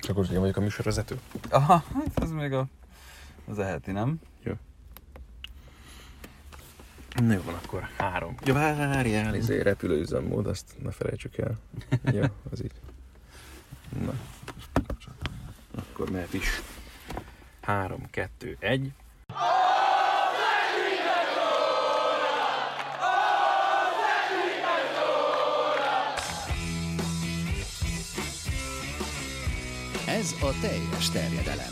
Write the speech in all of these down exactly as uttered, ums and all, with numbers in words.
Csak most én vagyok a műsorvezető? Aha, hát ez még a... az eheti, nem? Jó. Na jó van, akkor három. Ja, várjál, izé, repülőüzemmód, azt ne felejtsük el. Jó, az így. Na. Akkor mehet is. Három, kettő, egy. Ez a teljes terjedelem.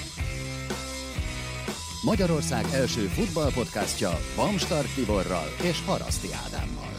Magyarország első futballpodcastja Bamstark Tiborral és Haraszti Ádámmal.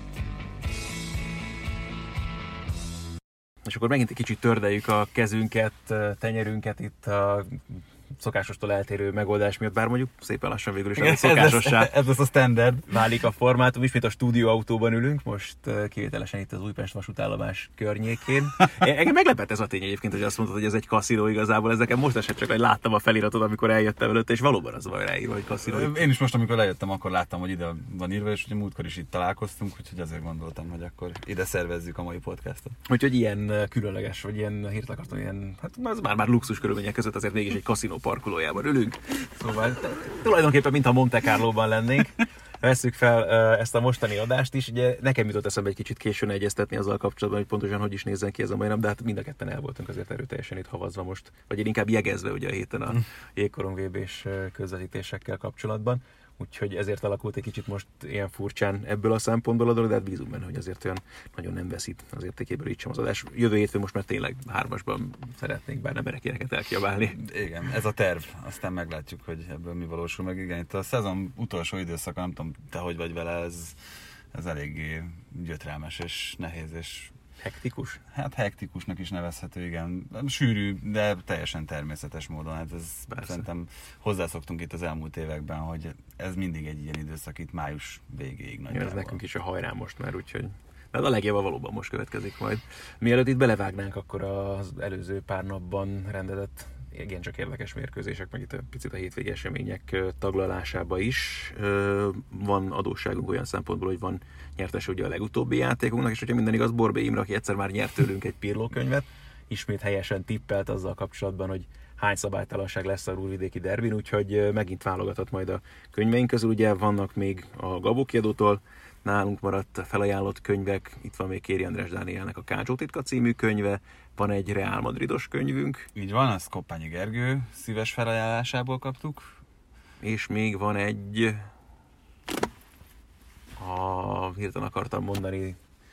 És akkor megint egy kicsit tördeljük a kezünket, tenyerünket itt a szokásostól eltérő megoldás miatt, bár mondjuk szépen lassan végül is a szokásossá ez lesz a standard. válik a formátum. Ismét a stúdióautóban ülünk, most kivételesen itt az Újpest vasútállomás környékén. Engem meglepett ez a tény egyébként, hogy azt mondtad, hogy ez egy kaszinó igazából. Ez nekem most esett csak, hogy láttam a feliratot, amikor eljöttem előtte, és valóban az van ráírva, hogy kaszinó. Én is most, amikor lejöttem, akkor láttam, hogy ide van írva, és ugye múltkor is itt találkoztunk, úgyhogy azért gondoltam, hogy akkor ide szervezzük a mai podcastot. Úgyhogy ilyen különleges, vagy ilyen hírt akartam, ilyen, hát ez már, már luxus körülmények között azért mégis egy kaszinó parkolójában ülünk. Szóval tulajdonképpen mintha Monte Carlóban lennénk. Vesszük fel uh, ezt a mostani adást is. Ugye nekem jutott eszembe egy kicsit későn egyeztetni azzal kapcsolatban, hogy pontosan hogy is nézzen ki ez a mai nap, de hát mind a ketten el voltunk azért erőteljesen itt havazva most, vagy én inkább jegezve ugye a héten a jégkorong vé bés közvetítésekkel kapcsolatban. Úgyhogy ezért alakult egy kicsit most ilyen furcsán ebből a szempontból a dolog, de hát bízunk benne, hogy azért olyan nagyon nem veszít az értékéből így sem az adás. Jövő hétfőn most már tényleg hármasban szeretnénk, bár nem merek ilyeneket elkiabálni. Igen, ez a terv. Aztán meglátjuk, hogy ebből mi valósul meg. Igen, itt a szezon utolsó időszaka, nem tudom, te hogy vagy vele, ez, ez eléggé gyötrelmes és nehéz, és hektikus? Hát hektikusnak is nevezhető, igen. Sűrű, de teljesen természetes módon. Hát ez Persze. Szerintem hozzászoktunk itt az elmúlt években, hogy ez mindig egy ilyen időszak itt május végéig nagyjából. Ez nekünk is a hajrá most már, úgyhogy... De a legjobb valóban most következik majd. Mielőtt itt belevágnánk, akkor az előző pár napban rendezett igen csak érdekes mérkőzések, meg itt egy picit a hétvégi események taglalásába is van adósságunk olyan szempontból, hogy van nyertes ugye a legutóbbi játékunknak, és hogyha minden igaz, Borbély Imre, aki egyszer már nyert tőlünk egy Pirlo könyvet, ismét helyesen tippelt azzal kapcsolatban, hogy hány szabálytalanság lesz a Rúrvidéki derbin, úgyhogy megint válogatott majd a könyveink közül. Ugye vannak még a Gabó kiadótól nálunk maradt felajánlott könyvek, itt van még Kéri András Dánielnek a Kácsó titka című könyve, van egy Real Madridos könyvünk. Így van, azt Koppányi Gergő szíves felajánlásából kaptuk. És még van egy, a hirtelen akartam mondani,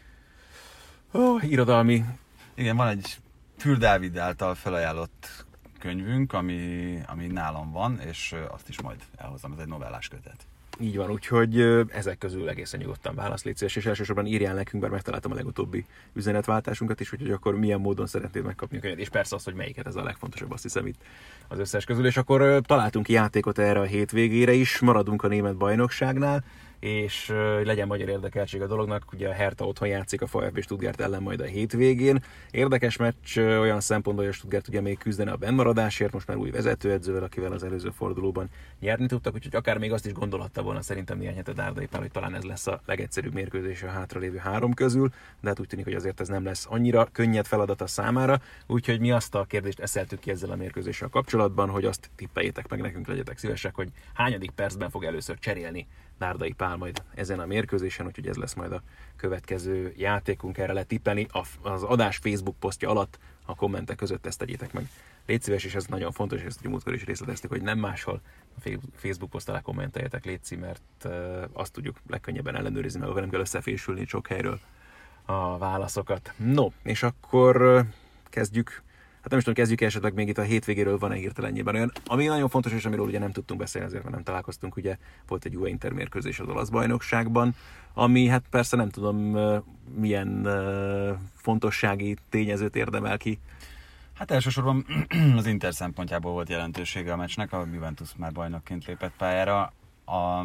oh, irodalmi. Igen, van egy Für Dávid által felajánlott könyvünk, ami, ami nálam van, és azt is majd elhozom, ez egy novellás kötet. Így van, úgyhogy ezek közül egészen nyugodtan válasz, légy szíves, és elsősorban írjál nekünk, bár megtaláltam a legutóbbi üzenetváltásunkat is, úgyhogy akkor milyen módon szeretnéd megkapni a könyvet, és persze azt, hogy melyiket, ez a legfontosabb, azt hiszem itt az összes közül, és akkor találtunk játékot erre a hétvégére is, maradunk a német bajnokságnál, és legyen magyar érdekeltség a dolognak, ugye a Hertha otthon játszik a VfB Stuttgart ellen majd a hétvégén. Érdekes meccs olyan szempontból, hogy a Stuttgart ugye még küzdene a bennmaradásért, most már új vezetőedzővel, akivel az előző fordulóban nyerni tudtak, úgyhogy akár még azt is gondolhatta volna szerintem néhány hete Dárdai Pál, hogy talán ez lesz a legegyszerűbb mérkőzés a hátralévő három közül, de hát úgy tűnik, hogy azért ez nem lesz annyira könnyed feladata számára, úgyhogy mi azt a kérdést eszeltük ki ezzel a mérkőzéssel kapcsolatban, hogy azt tippeljétek meg nekünk, legyetek szívesek, hogy hányadik percben fog először cserélni Dárdai Pál majd ezen a mérkőzésen, úgyhogy ez lesz majd a következő játékunk, erre lehet tippelni. Az adás Facebook posztja alatt a kommentek között ezt tegyétek meg. Légy szíves, és ez nagyon fontos, és ezt ugye múltkor is részleteztük, hogy nem máshol a Facebook poszt alá kommenteljetek, légy, mert azt tudjuk legkönnyebben ellenőrizni, meg nem kell összefésülni sok helyről a válaszokat. No, és akkor kezdjük. Hát nem is tudom, kezdjük esetleg még itt a hétvégéről van-e hirtelenjében olyan, ami nagyon fontos, és amiről ugye nem tudtunk beszélni, azért mert nem találkoztunk, ugye volt egy Juve Inter mérkőzés az olasz bajnokságban, ami hát persze nem tudom milyen fontossági tényezőt érdemel ki. Hát elsősorban az Inter szempontjából volt jelentősége a meccsnek, a Juventus már bajnokként lépett pályára. A...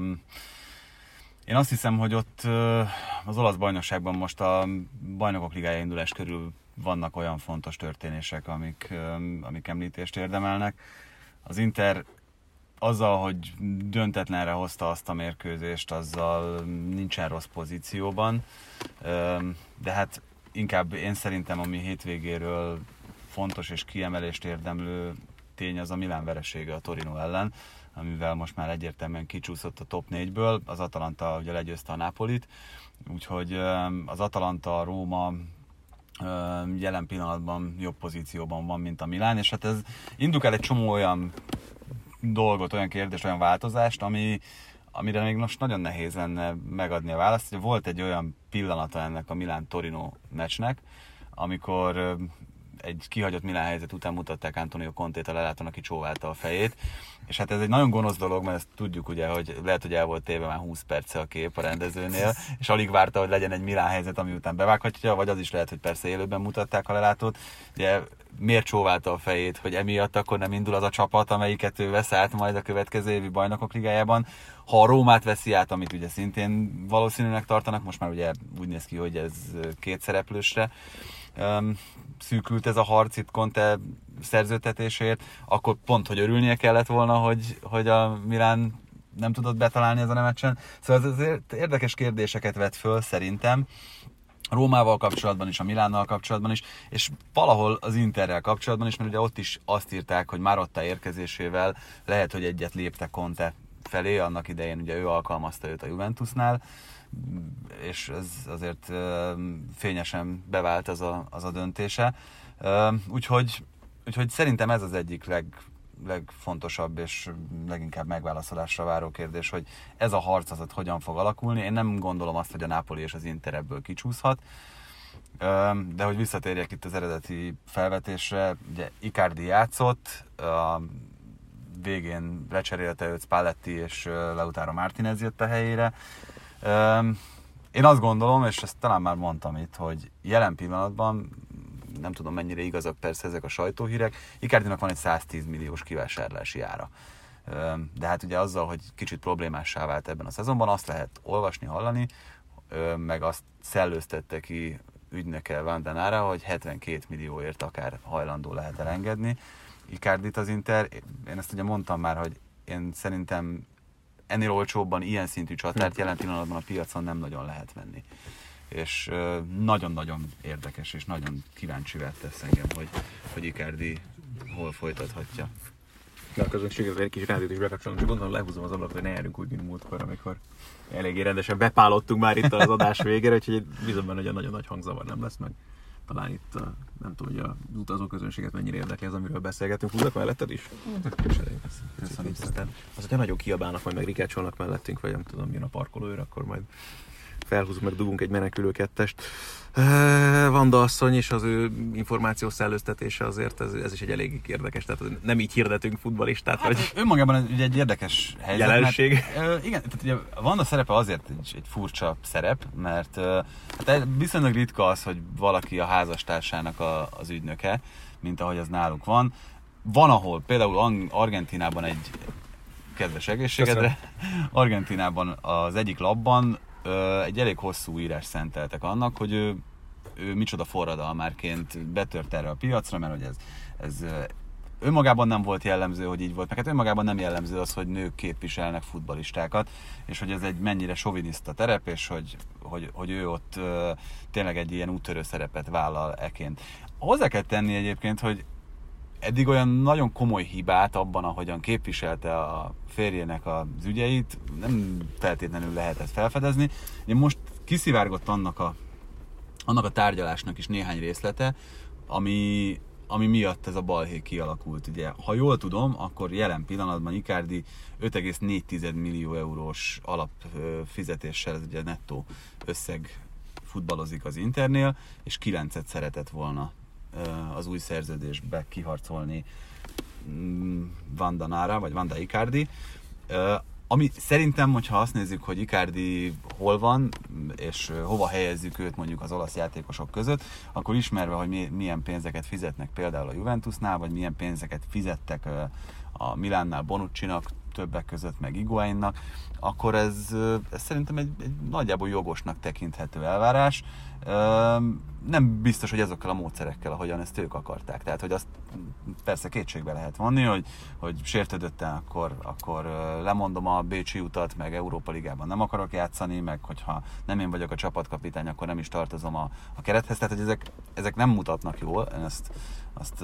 Én azt hiszem, hogy ott az olasz bajnokságban most a bajnokok ligája indulás körül vannak olyan fontos történések, amik, amik említést érdemelnek. Az Inter azzal, hogy döntetlenre hozta azt a mérkőzést, azzal nincsen rossz pozícióban, de hát inkább én szerintem, ami hétvégéről fontos és kiemelést érdemlő tény az a Milán veresége a Torino ellen, amivel most már egyértelműen kicsúszott a top négyből. Az Atalanta ugye legyőzte a Napolit, úgyhogy az Atalanta, a Róma jelen pillanatban jobb pozícióban van, mint a Milán, és hát ez indukál egy csomó olyan dolgot, olyan kérdést, olyan változást, ami, amire még most nagyon nehéz lenne megadni a választ. Volt egy olyan pillanata ennek a Milán-Torino meccsnek, amikor egy kihagyott Milán helyzet után mutatták Antonio Contét a lelátón, aki csóválta a fejét, és hát ez egy nagyon gonosz dolog, mert ezt tudjuk ugye, hogy lehet, hogy el volt téve már húsz perce a kép a rendezőnél, és alig várta, hogy legyen egy Milán helyzet, ami után bevághatja, vagy az is lehet, hogy persze élőben mutatták a lelátót. Ugye miért csóválta a fejét, hogy emiatt akkor nem indul az a csapat, amelyiket ő vesz át majd a következő évi Bajnokok Ligájában. Ha a Rómát veszi át, amit ugye szintén valószínűnek tartanak, most már ugye úgy néz ki, hogy ez két szereplősre Um, szűkült ez a harc itt Conte szerződtetésért, akkor pont, hogy örülnie kellett volna, hogy, hogy a Milán nem tudott betalálni ezen a meccsen. Szóval ez azért érdekes kérdéseket vet föl szerintem, Rómával kapcsolatban is, a Milánnal kapcsolatban is, és valahol az Interrel kapcsolatban is, mert ugye ott is azt írták, hogy Marotta érkezésével lehet, hogy egyet lépte Conte felé, annak idején ugye ő alkalmazta őt a Juventusnál, és ez azért fényesen bevált az a, az a döntése. Úgyhogy, úgyhogy szerintem ez az egyik leg, legfontosabb és leginkább megválaszolásra váró kérdés, hogy ez a harc az hogyan fog alakulni. Én nem gondolom azt, hogy a Napoli és az Inter ebből kicsúszhat, de hogy visszatérjek itt az eredeti felvetésre, ugye Icardi játszott, a végén lecserélte őt Spalletti és Lautaro Martinez jött a helyére. Én azt gondolom, és ezt talán már mondtam itt, hogy jelen pillanatban, nem tudom mennyire igazak persze ezek a sajtóhírek, Icardinak van egy száztíz milliós kivásárlási ára. De hát ugye azzal, hogy kicsit problémássá vált ebben a szezonban, azt lehet olvasni, hallani, meg azt szellőztette ki ügynöke Vandanára, hogy hetvenkét millióért akár hajlandó lehet elengedni Icardit az Inter. Én ezt ugye mondtam már, hogy én szerintem ennél olcsóbban ilyen szintű csatárt jelen pillanatban a piacon nem nagyon lehet venni. És nagyon-nagyon érdekes, és nagyon kíváncsivá tesz engem, hogy, hogy Icardi hol folytathatja. De a közönséget egy kis rádiót is bekapcsolom, csak gondolom lehúzom az ablakot, hogy ne járjunk úgy, mint múltkor, amikor eléggé rendesen bepálottunk már itt az adás végére, úgyhogy bízom benne, hogy a nagyon nagy hangzavar nem lesz meg. Talán itt, a, nem tudom, hogy az utazóközönséget mennyire érdekli ez, amiről beszélgetünk. Húzok melletted is? Köszönöm szépen. Az, hogyha nagyon kiabálnak, majd meg rikácsolnak mellettünk, vagy nem tudom, jön a parkolóőr, akkor majd felhúzunk, meg dugunk egy menekülő kettest. Vanda asszony és az ő információs szellőztetése azért, ez, ez is egy elég érdekes, tehát nem így hirdetünk futballistát. Hát, vagy önmagában ugye egy érdekes helyzet. Jelenség. Mert, igen, tehát ugye Vanda szerepe azért egy, egy furcsa szerep, mert hát viszonylag ritka az, hogy valaki a házastársának a, az ügynöke, mint ahogy az náluk van. Van, ahol például Argentínában egy kedves egészségedre, Argentínában az egyik labban egy elég hosszú írás szenteltek annak, hogy ő, ő micsoda forradalmárként betört erre a piacra, mert hogy ez, ez önmagában nem volt jellemző, hogy így volt, meg hát önmagában nem jellemző az, hogy nők képviselnek futballistákat, és hogy ez egy mennyire soviniszta terep, és hogy, hogy, hogy ő ott uh, tényleg egy ilyen úttörő szerepet vállal eként. Hozzá kell tenni egyébként, hogy eddig olyan nagyon komoly hibát abban, ahogyan képviselte a férjének az ügyeit, nem feltétlenül lehetett felfedezni. Ugye most kiszivárgott annak a, annak a tárgyalásnak is néhány részlete, ami, ami miatt ez a balhé kialakult. Ugye, ha jól tudom, akkor jelen pillanatban Icardi öt egész négy millió eurós alapfizetéssel, ez ugye nettó összeg futballozik az Internél, és kilencet szeretett volna az új szerződésbe kiharcolni Vandanára, vagy Vanda Icardi. Ami szerintem, hogyha azt nézzük, hogy Icardi hol van, és hova helyezzük őt mondjuk az olasz játékosok között, akkor ismerve, hogy milyen pénzeket fizetnek például a Juventusnál, vagy milyen pénzeket fizettek a Milánnál Bonuccinak, többek között, meg Higuainnak, akkor ez, ez szerintem egy, egy nagyjából jogosnak tekinthető elvárás. Nem biztos, hogy azokkal a módszerekkel, ahogyan ezt ők akarták. Tehát, hogy azt persze kétségbe lehet vonni, hogy, hogy sértődötten, akkor, akkor lemondom a bécsi utat, meg Európa Ligában nem akarok játszani, meg hogyha nem én vagyok a csapatkapitány, akkor nem is tartozom a, a kerethez. Tehát, hogy ezek, ezek nem mutatnak jól, én ezt, azt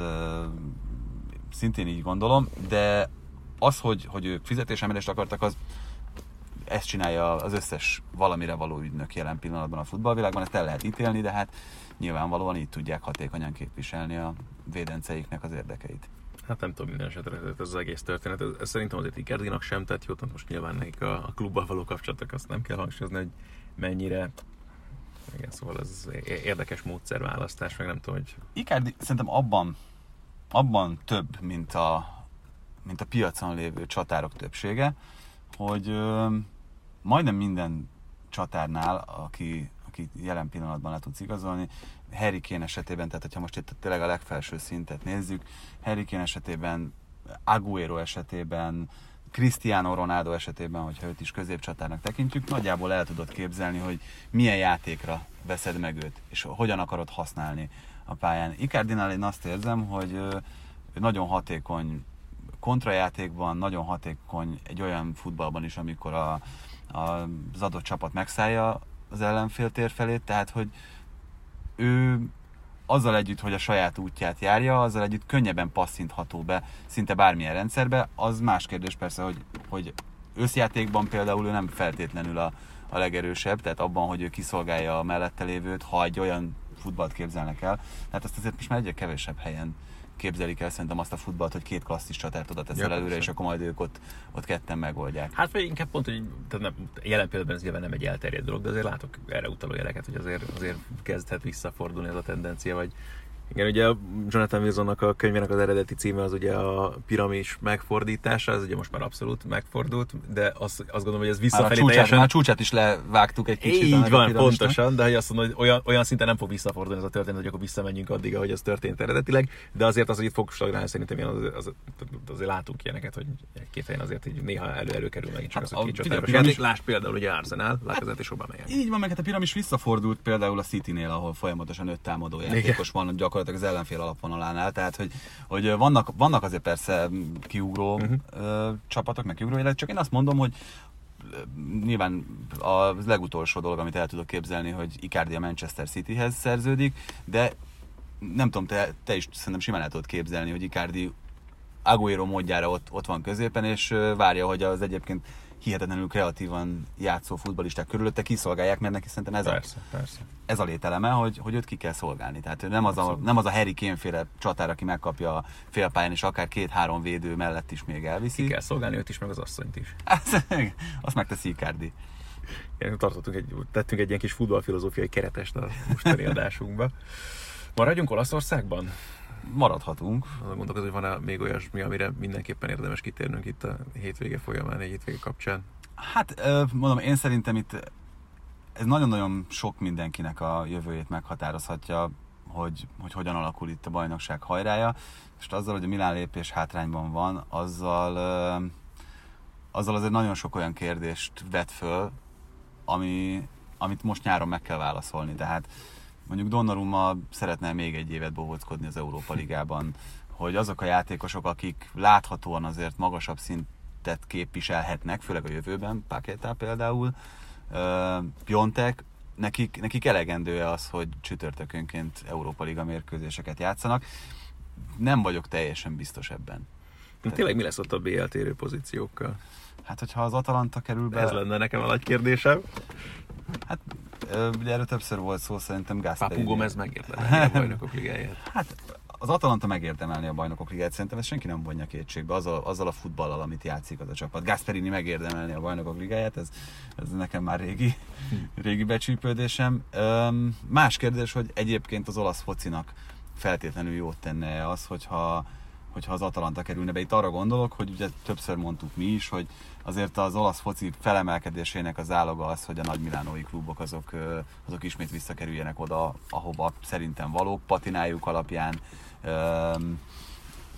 szintén így gondolom, de az, hogy, hogy ők fizetésemelést akartak, az ezt csinálja az összes valamire való ügynök jelen pillanatban a futballvilágban, ezt el lehet ítélni, de hát nyilvánvalóan így tudják hatékonyan képviselni a védenceiknek az érdekeit. Hát nem tudom, minden esetre ez az egész történet. Ez, ez szerintem azért Icardinak sem tett jót, most nyilván nekik a, a klubbal való kapcsolatok, azt nem kell hangsúlyozni, hogy mennyire. Igen, szóval ez érdekes módszerválasztás, meg nem tudom, hogy... Icardi szerintem abban, abban több, mint a, mint a piacon lévő csatárok többsége, hogy ö, majdnem minden csatárnál, aki, aki jelen pillanatban le tudsz igazolni, Harry Kane esetében, tehát ha most itt tényleg a legfelső szintet nézzük, Harry Kane esetében, Agüero esetében, Cristiano Ronaldo esetében, hogyha őt is középcsatárnak tekintjük, nagyjából el tudod képzelni, hogy milyen játékra veszed meg őt, és hogyan akarod használni a pályán. Icardinál én azt érzem, hogy ö, nagyon hatékony kontrajátékban, nagyon hatékony egy olyan futballban is, amikor a, a, az adott csapat megszállja az ellenfél tér felét, tehát hogy ő azzal együtt, hogy a saját útját járja, azzal együtt könnyebben passzintható be szinte bármilyen rendszerbe. Az más kérdés persze, hogy, hogy összjátékban például ő nem feltétlenül a, a legerősebb, tehát abban, hogy ő kiszolgálja a mellette lévőt, ha egy olyan futballt képzelnek el. Tehát azt azért most már egyre kevesebb helyen képzelik el szerintem azt a futballt, hogy két klasszis csatárt oda teszel ja, előre, és akkor majd ők ott, ott ketten megoldják. Hát vagy inkább pont, hogy tehát nem, jelen pillanatban ez nyilván nem egy elterjedt dolog, de azért látok erre utaló jeleket, hogy azért, azért kezdhet visszafordulni ez a tendencia, vagy igen, ugye Jonathan Wilsonnak a könyvének az eredeti címe az ugye a piramis megfordítása, ez ugye most már abszolút megfordult, de azt, azt gondolom, hogy ez visszafelé már a csúcsát, teljesen... már a csúcsát is levágtuk egy kicsit. Így van, pontosan, de hogy azt mondom, hogy olyan, olyan szinten nem fog visszafordulni ez a történet, hogy akkor visszamenjünk addig, ahogy ez történt eredetileg, de azért az, hogy itt fog stagnálni, szerintem az, az, az, azért látunk ilyeneket, hogy két helyen azért így néha elő-elő kerül megint csak hát az, hogy két csatáros játék. Lásd például ugye Arsenal, Lacazette és Aubameyang. Így van, meg hát a piramis visszafordult például a Citynél, ahol folyamatosan öt támadó játékos van gyakorlatilag az ellenfél alapvonalánál, tehát hogy, hogy vannak, vannak azért persze kiugró uh-huh. ö, csapatok, meg kiugró jelet, csak én azt mondom, hogy nyilván a legutolsó dolog, amit el tudok képzelni, hogy Icardi a Manchester Cityhez szerződik, de nem tudom, te, te is szerintem simán el tudod képzelni, hogy Icardi Agüero módjára ott, ott van középen, és várja, hogy az egyébként hihetetlenül kreatívan játszó futballisták körülötte kiszolgálják, mert neki szerintem ez, persze, a, persze. ez a lételeme, hogy, hogy őt ki kell szolgálni. Tehát nem az, a, nem az a Harry Kane-féle csatár, aki megkapja a félpályán, és akár két-három védő mellett is még elviszi. Ki kell szolgálni őt is, meg az asszonyt is. Azt megteszi Icardi. Tartottunk egy, tettünk egy ilyen kis futballfilozófiai keretest a mostani adásunkba. Maradjunk Olaszországban? Maradhatunk. Gondolkozom, hogy van-e még olyasmi, amire mindenképpen érdemes kitérnünk itt a hétvége folyamán, egy hétvége kapcsán? Hát mondom, én szerintem itt ez nagyon-nagyon sok mindenkinek a jövőjét meghatározhatja, hogy, hogy hogyan alakul itt a bajnokság hajrája. És azzal, hogy a Milán lépés hátrányban van, azzal, azzal azért nagyon sok olyan kérdést vet föl, ami, amit most nyáron meg kell válaszolni. Tehát mondjuk Donnarumma szeretne még egy évet bohóckodni az Európa Ligában, hogy azok a játékosok, akik láthatóan azért magasabb szintet képviselhetnek, főleg a jövőben, Paquetá például, Piontek, nekik, nekik elegendő az, hogy csütörtökönként Európa Liga mérkőzéseket játszanak. Nem vagyok teljesen biztos ebben. De tényleg mi lesz ott a bé el térő pozíciókkal? Hát, hogyha az Atalanta kerül be... Ez lenne nekem a nagy kérdésem. Hát, ugye erről többször volt szó, szerintem Gasperi. Papu Gomez megérdemelni a Bajnokok Ligáját. Hát, az Atalanta megérdemelni a Bajnokok Ligáját, szerintem ezt senki nem vonja kétségbe, azzal, azzal a futballal, amit játszik az a csapat. Gasperini megérdemelni a Bajnokok Ligáját, ez, ez nekem már régi, régi becsípődésem. Üm, más kérdés, hogy egyébként az olasz focinak feltétlenül jót tenne az, hogyha hogyha az Atalanta kerülne be. Itt arra gondolok, hogy ugye többször mondtuk mi is, hogy azért az olasz foci felemelkedésének az áloga az, hogy a nagy milánói klubok azok, azok ismét visszakerüljenek oda, ahova szerintem valók, patinájuk alapján.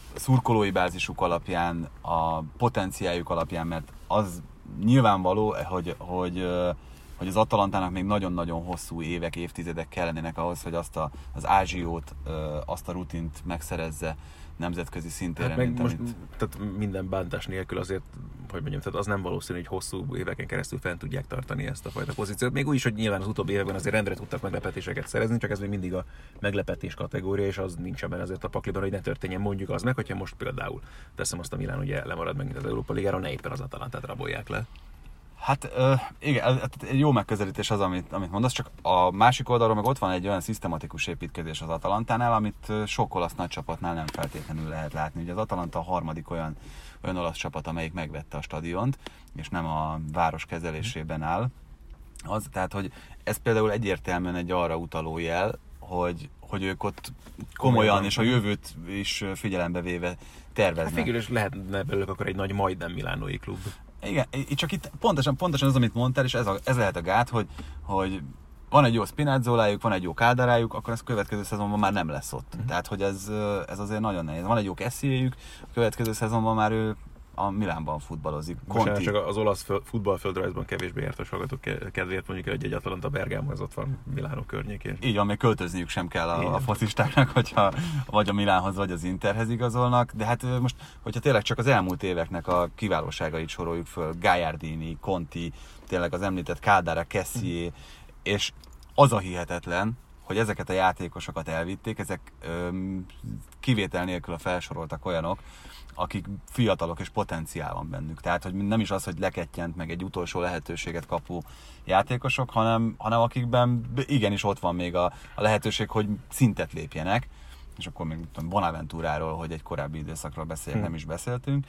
szurkolói bázisuk alapján, a potenciáljuk alapján, mert az nyilvánvaló, hogy, hogy, hogy az Atalantának még nagyon-nagyon hosszú évek, évtizedek kellenének ahhoz, hogy azt a, az ázsiót, azt a rutint megszerezze nemzetközi szintéren. Hát meg mint most amit... tehát minden bántás nélkül azért, hogy mondjam, tehát az nem valószínű, hogy hosszú éveken keresztül fent tudják tartani ezt a fajta pozíciót. Még úgy is, hogy nyilván az utóbbi években azért rendre tudtak meglepetéseket szerezni, csak ez még mindig a meglepetés kategória, és az nincs ebben azért a pakliban, hogy ne történjen mondjuk az meg, hogyha most például teszem azt, a Milán ugye lemarad megint az Európa Ligáról, ne éppen az Atalantát rabolják le. Hát uh, igen, egy jó megközelítés az, amit, amit mondasz, csak a másik oldalról meg ott van egy olyan szisztematikus építkezés az Atalantánál, amit sok olasz nagy csapatnál nem feltétlenül lehet látni. Ugye az Atalanta a harmadik olyan, olyan olasz csapat, amelyik megvette a stadiont, és nem a város kezelésében áll. Az, tehát, hogy ez például egyértelműen egy arra utaló jel, hogy, hogy ők ott komolyan és a jövőt is figyelembe véve terveznek. Hát végül is lehetne belőlük akkor egy nagy majdnem milánói klub. Igen, csak itt pontosan, pontosan az, amit mondtál, és ez, a, ez lehet a gát, hogy, hogy van egy jó Spinazzolájuk, van egy jó Calderájuk, akkor ez a következő szezonban már nem lesz ott. Mm. Tehát, hogy ez, ez azért nagyon nehéz. Van egy jó Kessiéjük, a következő szezonban már ő a Milánban futballozik. Most csak az olasz futballföldrajzban kevésbé értes hallgatók kedvéért mondjuk, hogy egy Atalanta Bergamo az ott van Milánó környékén. Így van, még költözniük sem kell a, a focistáknak, hogyha vagy a Milánhoz, vagy az Interhez igazolnak, de hát most, hogyha tényleg csak az elmúlt éveknek a kiválóságait soroljuk föl, Gagliardini, Conti, tényleg az említett Caldara, Kessié, és az a hihetetlen, hogy ezeket a játékosokat elvitték, ezek öm, kivétel nélkül a felsoroltak olyanok, akik fiatalok és potenciál van bennük. Tehát, hogy nem is az, hogy lekettyent meg egy utolsó lehetőséget kapó játékosok, hanem, hanem akikben igenis ott van még a, a lehetőség, hogy szintet lépjenek. És akkor még tudom, Bonaventuráról, hogy egy korábbi időszakról beszéljek, nem is beszéltünk.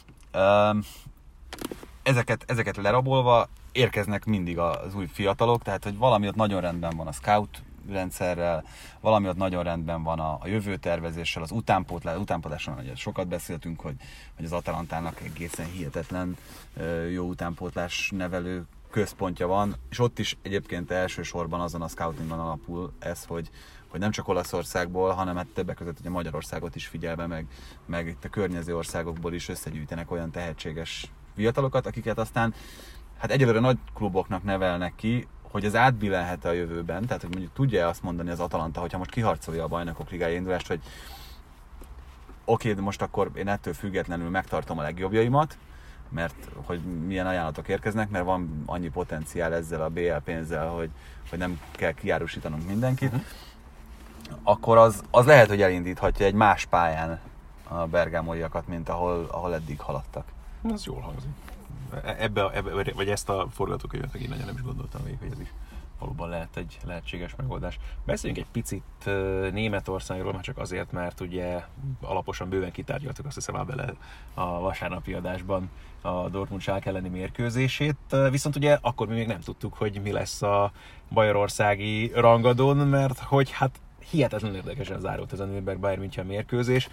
Ezeket, ezeket lerabolva érkeznek mindig az új fiatalok, tehát, hogy valami ott nagyon rendben van a scout rendszerrel, valami ott nagyon rendben van a, a jövőtervezéssel, az utánpótlás, utánpótlásról ugye sokat beszéltünk, hogy, hogy az Atalantának egészen hihetetlen jó utánpótlás nevelő központja van, és ott is egyébként elsősorban azon a scoutingon alapul ez, hogy, hogy nem csak Olaszországból, hanem hát többek között ugye Magyarországot is figyelve, meg, meg itt a környező országokból is összegyűjtenek olyan tehetséges fiatalokat, akiket aztán hát egyelőre nagy kluboknak nevelnek ki, hogy ez átbillenhet a jövőben, tehát hogy mondjuk tudja azt mondani az Atalanta, hogyha most kiharcolja a Bajnokok Ligája indulást, hogy oké, de most akkor én ettől függetlenül megtartom a legjobbjaimat, mert hogy milyen ajánlatok érkeznek, mert van annyi potenciál ezzel a bé el pénzzel, hogy, hogy nem kell kiárusítanunk mindenkit, uh-huh. akkor az, az lehet, hogy elindíthatja egy más pályán a bergámóiakat, mint ahol, ahol eddig haladtak. Ez jól hangzik. Ebbe, ebbe, vagy ezt a forgatókönyvet én nagyon nem is gondoltam még, hogy ez is valóban lehet egy lehetséges megoldás. Beszéljünk egy picit Németországról, már csak azért, mert ugye alaposan bőven kitárgyaltuk, azt hiszem, bele a vasárnapi adásban a Dortmund Schalke elleni mérkőzését, viszont ugye akkor mi még nem tudtuk, hogy mi lesz a bajorországi rangadón, mert hogy hát hihetetlenül érdekesen zárult ez a Nürnberg Bayern München mérkőzés.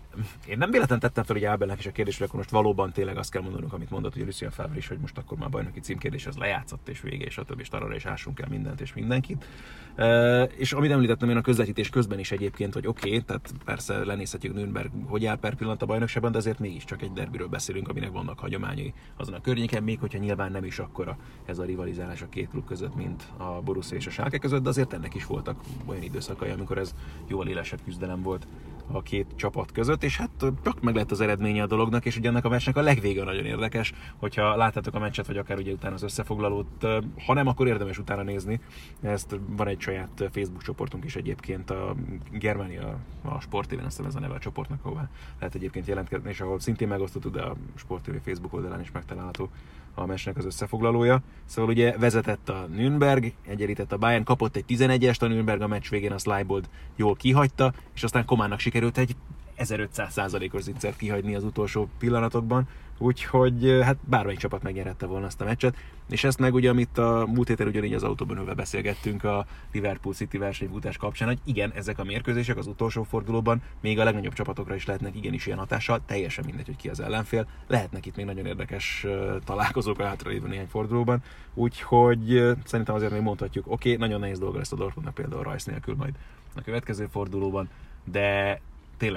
Én nem véletlenül tettem fel, hogy Ábelnek is a kérdésre, akkor most valóban tényleg azt kell mondanunk, amit mondott, hogy Lucien Favre is, hogy most akkor már bajnoki címkérdés az lejátszott, és vége, és a többi, és arra is ássunk el mindent és mindenkit. E, és amit említettem én a közvetítés közben is egyébként, hogy oké, okay, tehát persze lenézhetjük Nürnberg, hogy áll per pillanat a bajnokságban, de azért mégiscsak egy derbiről beszélünk, aminek vannak hagyományai azon a környéken, még hogyha nyilván nem is akkora ez a rivalizálás a két klub között, mint a Borussia és a Schalke között, de azért ennek is voltak olyan időszakai, amikor ez jóval élesebb küzdelem volt a két csapat között, és hát csak meg lett az eredménye a dolognak, és ugye ennek a meccsnek a legvége nagyon érdekes, hogyha láttátok a meccset, vagy akár ugye utána az összefoglalót, ha nem, akkor érdemes utána nézni. Ezt van egy saját Facebook csoportunk is egyébként, a Germania, a Sport té vén, azt hiszem ez a neve a csoportnak, ahová lehet egyébként jelentkezni, és ahol szintén megosztottuk, de a Sport té vé Facebook oldalán is megtalálható a meccsnek az összefoglalója. Szóval ugye vezetett a Nürnberg, egyenlített a Bayern, kapott egy tizenegyest, a Nürnberg a meccs végén azt Leibold jól kihagyta, és aztán Kománnak sikerült egy ezerötszáz százalékos zicsert kihagyni az utolsó pillanatokban, úgyhogy hát bármelyik csapat megnyerhette volna azt a meccset, és ezt meg ugye, amit a múlt héten ugyanígy az autóban ülve beszélgettünk a Liverpool City versenyfutás kapcsán, hogy igen, ezek a mérkőzések az utolsó fordulóban még a legnagyobb csapatokra is lehetnek igenis ilyen hatással, teljesen mindegy, hogy ki az ellenfél, lehetnek itt még nagyon érdekes találkozók a hátralévő néhány fordulóban, úgyhogy szerintem azért még mondhatjuk, oké, okay, nagyon nehéz dolga lesz a Dortmundnak például Rice nélkül majd a következő fordulóban, de tényleg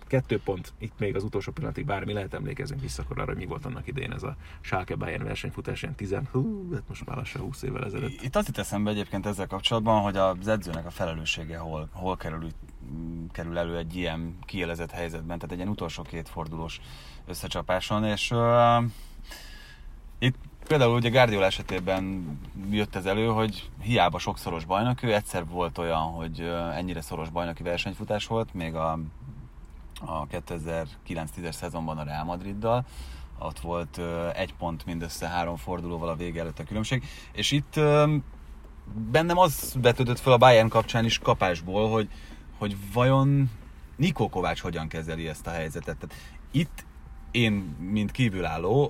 kettő pont, itt még az utolsó pillanatig bármi lehet, emlékezünk vissza akkor arra, hogy mi volt annak idején ez a Schalke Bayern versenyfutás, ilyen tíz, hú, hát most már lassan húsz évvel ezelőtt. Itt azt itt eszembe egyébként ezzel kapcsolatban, hogy az edzőnek a felelőssége hol, hol kerül, kerül elő egy ilyen kiélezett helyzetben, tehát egy ilyen utolsó két fordulós összecsapáson, és uh, itt például ugye Guardiola esetében jött ez elő, hogy hiába sokszoros bajnok, ő egyszer volt olyan, hogy ennyire szoros bajnoki versenyfutás volt, még a, a kétezer-kilenc-tízes szezonban a Real Madriddal, ott volt egy pont mindössze három fordulóval a vége előtt a különbség, és itt bennem az vetődött fel a Bayern kapcsán is kapásból, hogy, hogy vajon Niko Kovács hogyan kezeli ezt a helyzetet. Tehát itt én, mint kívülálló,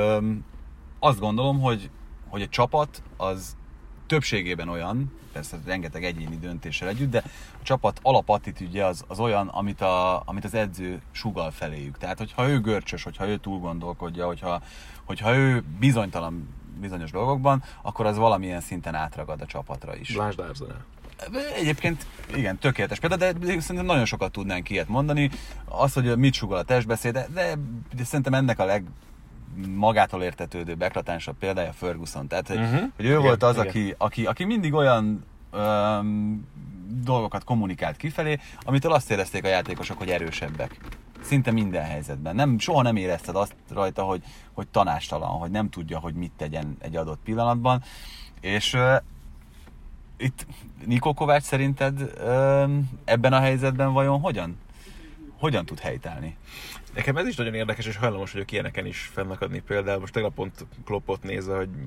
azt gondolom, hogy, hogy a csapat az többségében olyan, persze rengeteg egyéni döntéssel együtt, de a csapat alapattitűdje az, az olyan, amit, a, amit az edző sugall feléjük. Tehát, hogyha ő görcsös, hogyha ő túl gondolkodja, hogyha, hogyha ő bizonytalan bizonyos dolgokban, akkor az valamilyen szinten átragad a csapatra is. Lásd Arsenal. Egyébként igen, tökéletes példa, de szerintem nagyon sokat tudnánk ilyet mondani. Az, hogy mit sugall a testbeszéd, de, de, de szerintem ennek a leg magától értetődő, eklatánsabb példája Ferguson. Tehát, hogy, uh-huh. hogy ő igen, volt az, aki, aki, aki mindig olyan öm, dolgokat kommunikált kifelé, amitől azt érezték a játékosok, hogy erősebbek. Szinte minden helyzetben. Nem, soha nem érezted azt rajta, hogy, hogy tanástalan, hogy nem tudja, hogy mit tegyen egy adott pillanatban. És uh, itt Niko Kovács szerinted uh, ebben a helyzetben vajon hogyan? Hogyan tud helytállni? Nekem ez is nagyon érdekes, és hajlamos vagyok ilyeneken is fennakadni például. Most tegnap pont Kloppot nézve, hogy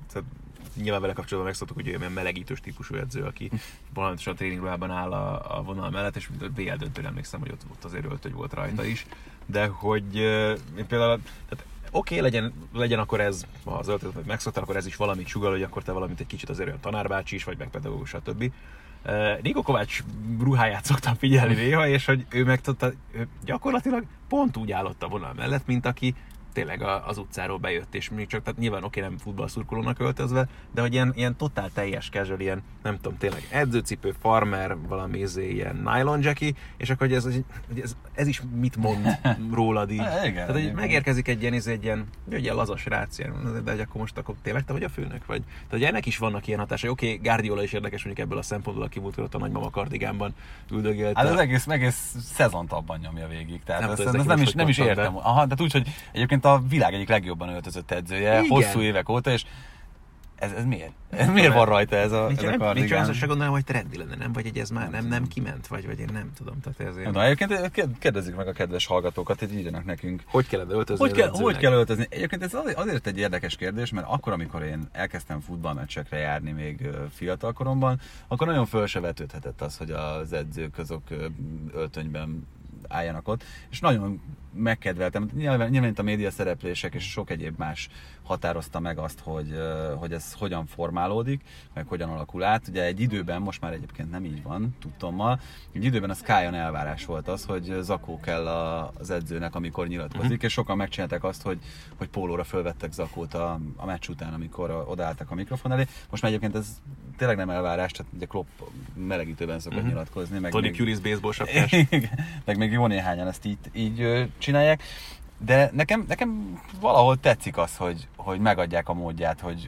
nyilván vele kapcsolatban megszoktuk, hogy ő ilyen melegítős típusú edző, aki valamisan a tréningruhában áll a, a vonal mellett, és bé el döntőn emlékszem, hogy ott, ott azért öltöny volt rajta is. De hogy én például, tehát oké, okay, legyen, legyen akkor ez, ha az öltönyt megszoktál, akkor ez is valamit sugal, hogy akkor te valamit egy kicsit azért olyan tanárbácsi is, vagy meg pedagógus, stb. Uh, Niko Kovács ruháját szoktam figyelni néha, és hogy ő meg tudta, ő gyakorlatilag pont úgy állott a vonal mellett, mint aki tényleg az utcáról bejött, és még csak, tehát nyilván oké, nem futballszurkolónak öltözve, de hogy ilyen, ilyen totál teljes casual, ilyen, nem tudom, tényleg edzőcipő, farmer, valami izé, ilyen nylon jacky, és akkor hogy ez, ez, ez is mit mond rólad így. Igen, tehát, hogy megérkezik egy ilyen, egy ilyen, egy ilyen lazas rác, de hogy akkor most akkor tényleg te vagy a főnök? Vagy? Tehát, hogy ennek is vannak ilyen hatásai. Oké, okay, Guardiola is érdekes, mondjuk ebből a szempontból, aki múltkor a nagymama kardigánban üldögélt. Hát az egész, egész szezont abban nyomja végig. Tehát nem, ezt, ezt nem, is, nem is értem. Aha, de úgy, hogy egyébként a világ egyik legjobban öltözött edzője, igen. Hosszú évek óta, és ez, ez miért? Ez miért van rajta ez a, ez a kardigán? Nincs olyan, se gondolom, hogy trendi lenne, nem? Vagy hogy ez már nem, nem kiment, vagy, vagy én nem tudom. Tehát ezért... Na, egyébként kérdezzük meg a kedves hallgatókat, hogy írjanak nekünk. Hogy kell öltözni? Hogy kell, hogy kell öltözni? Egyébként ez azért egy érdekes kérdés, mert akkor, amikor én elkezdtem futballmeccsekre járni még fiatal koromban, akkor nagyon föl se vetődhetett az, hogy az edzők azok öltönyben álljanak ott, és nagyon megkedveltem. Nyilván, nyilván a média szereplések és sok egyéb más határozta meg azt, hogy, hogy ez hogyan formálódik, meg hogyan alakul át. Ugye egy időben, most már egyébként nem így van, tudtommal, egy időben a Sky-on elvárás volt az, hogy zakó kell a, az edzőnek, amikor nyilatkozik, uh-huh. és sokan megcsinálták azt, hogy, hogy pólóra fölvettek zakót a, a meccs után, amikor odaálltak a mikrofon elé. Most már egyébként ez tényleg nem elvárás, tehát ugye Klopp melegítőben szokott uh-huh. nyilatkozni. Meg Tony Pulis baseball sapkás. meg még jó néhányan ezt így, így csinálják. De nekem, nekem valahol tetszik az, hogy, hogy megadják a módját, hogy,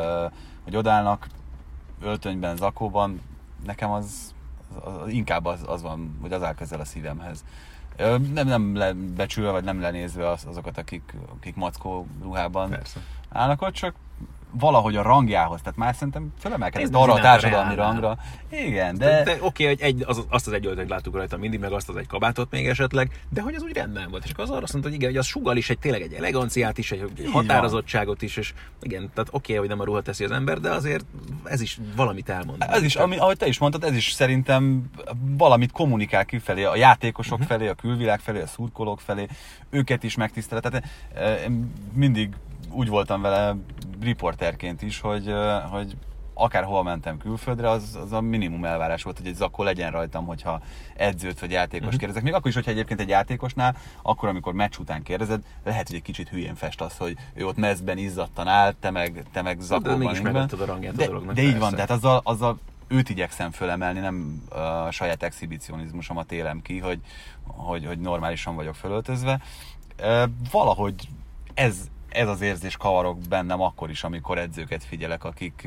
hogy odállnak öltönyben, zakóban. Nekem az, az, az inkább az, az van, hogy az áll közel a szívemhez. Nem, nem lebecsülve, vagy nem lenézve az, azokat, akik, akik mackó ruhában Persze. állnak ott, csak valahogy a rangjához, tehát már szerintem fölemelkedett arra a társadalmi rangra. Igen, de... de, de oké, okay, hogy egy, az, azt az egy öltönyt láttuk rajta mindig, meg azt az egy kabátot még esetleg, de hogy az úgy rendben volt. És akkor az arra mondta, hogy igen, hogy az sugal is egy tényleg egy eleganciát is, egy, egy határozottságot is, és igen, tehát oké, okay, hogy nem a ruha teszi az ember, de azért ez is valamit elmond. Ez is, ami, ahogy te is mondtad, ez is szerintem valamit kommunikál kifelé, a játékosok uh-huh. felé, a külvilág felé, a szurkolók felé, őket is megtisztel. Tehát eh, mindig úgy voltam vele riporterként is, hogy, hogy akárhol mentem külföldre, az, az a minimum elvárás volt, hogy egy zakó legyen rajtam, hogyha edzőt vagy játékos uh-huh. kérdezek. Még akkor is, hogyha egyébként egy játékosnál, akkor, amikor meccs után kérdezed, lehet, hogy egy kicsit hülyén fest az, hogy ő ott mezben izzadtan áll, te meg, te meg zakóban. De mégis megvetted a rangját de, a dolognak. De így van, tehát azzal, azzal őt igyekszem fölemelni, nem a saját exhibicionizmusomat élem ki, hogy, hogy, hogy normálisan vagyok fölöltözve. Valahogy ez, ez az érzés kavarok bennem akkor is, amikor edzőket figyelek, akik...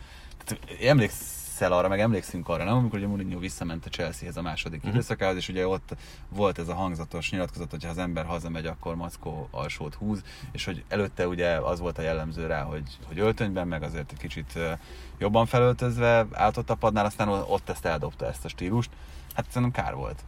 Emlékszel arra, meg emlékszünk arra, nem? Amikor ugye Mourinho visszament a Chelseahez a második uh-huh. időszakához, és ugye ott volt ez a hangzatos nyilatkozat, hogyha az ember hazamegy, akkor mackó alsót húz, és hogy előtte ugye az volt a jellemző rá, hogy, hogy öltönyben, meg azért egy kicsit jobban felöltözve állt ott a padnál, aztán ott ezt eldobta, ezt a stílust. Hát szerintem kár volt.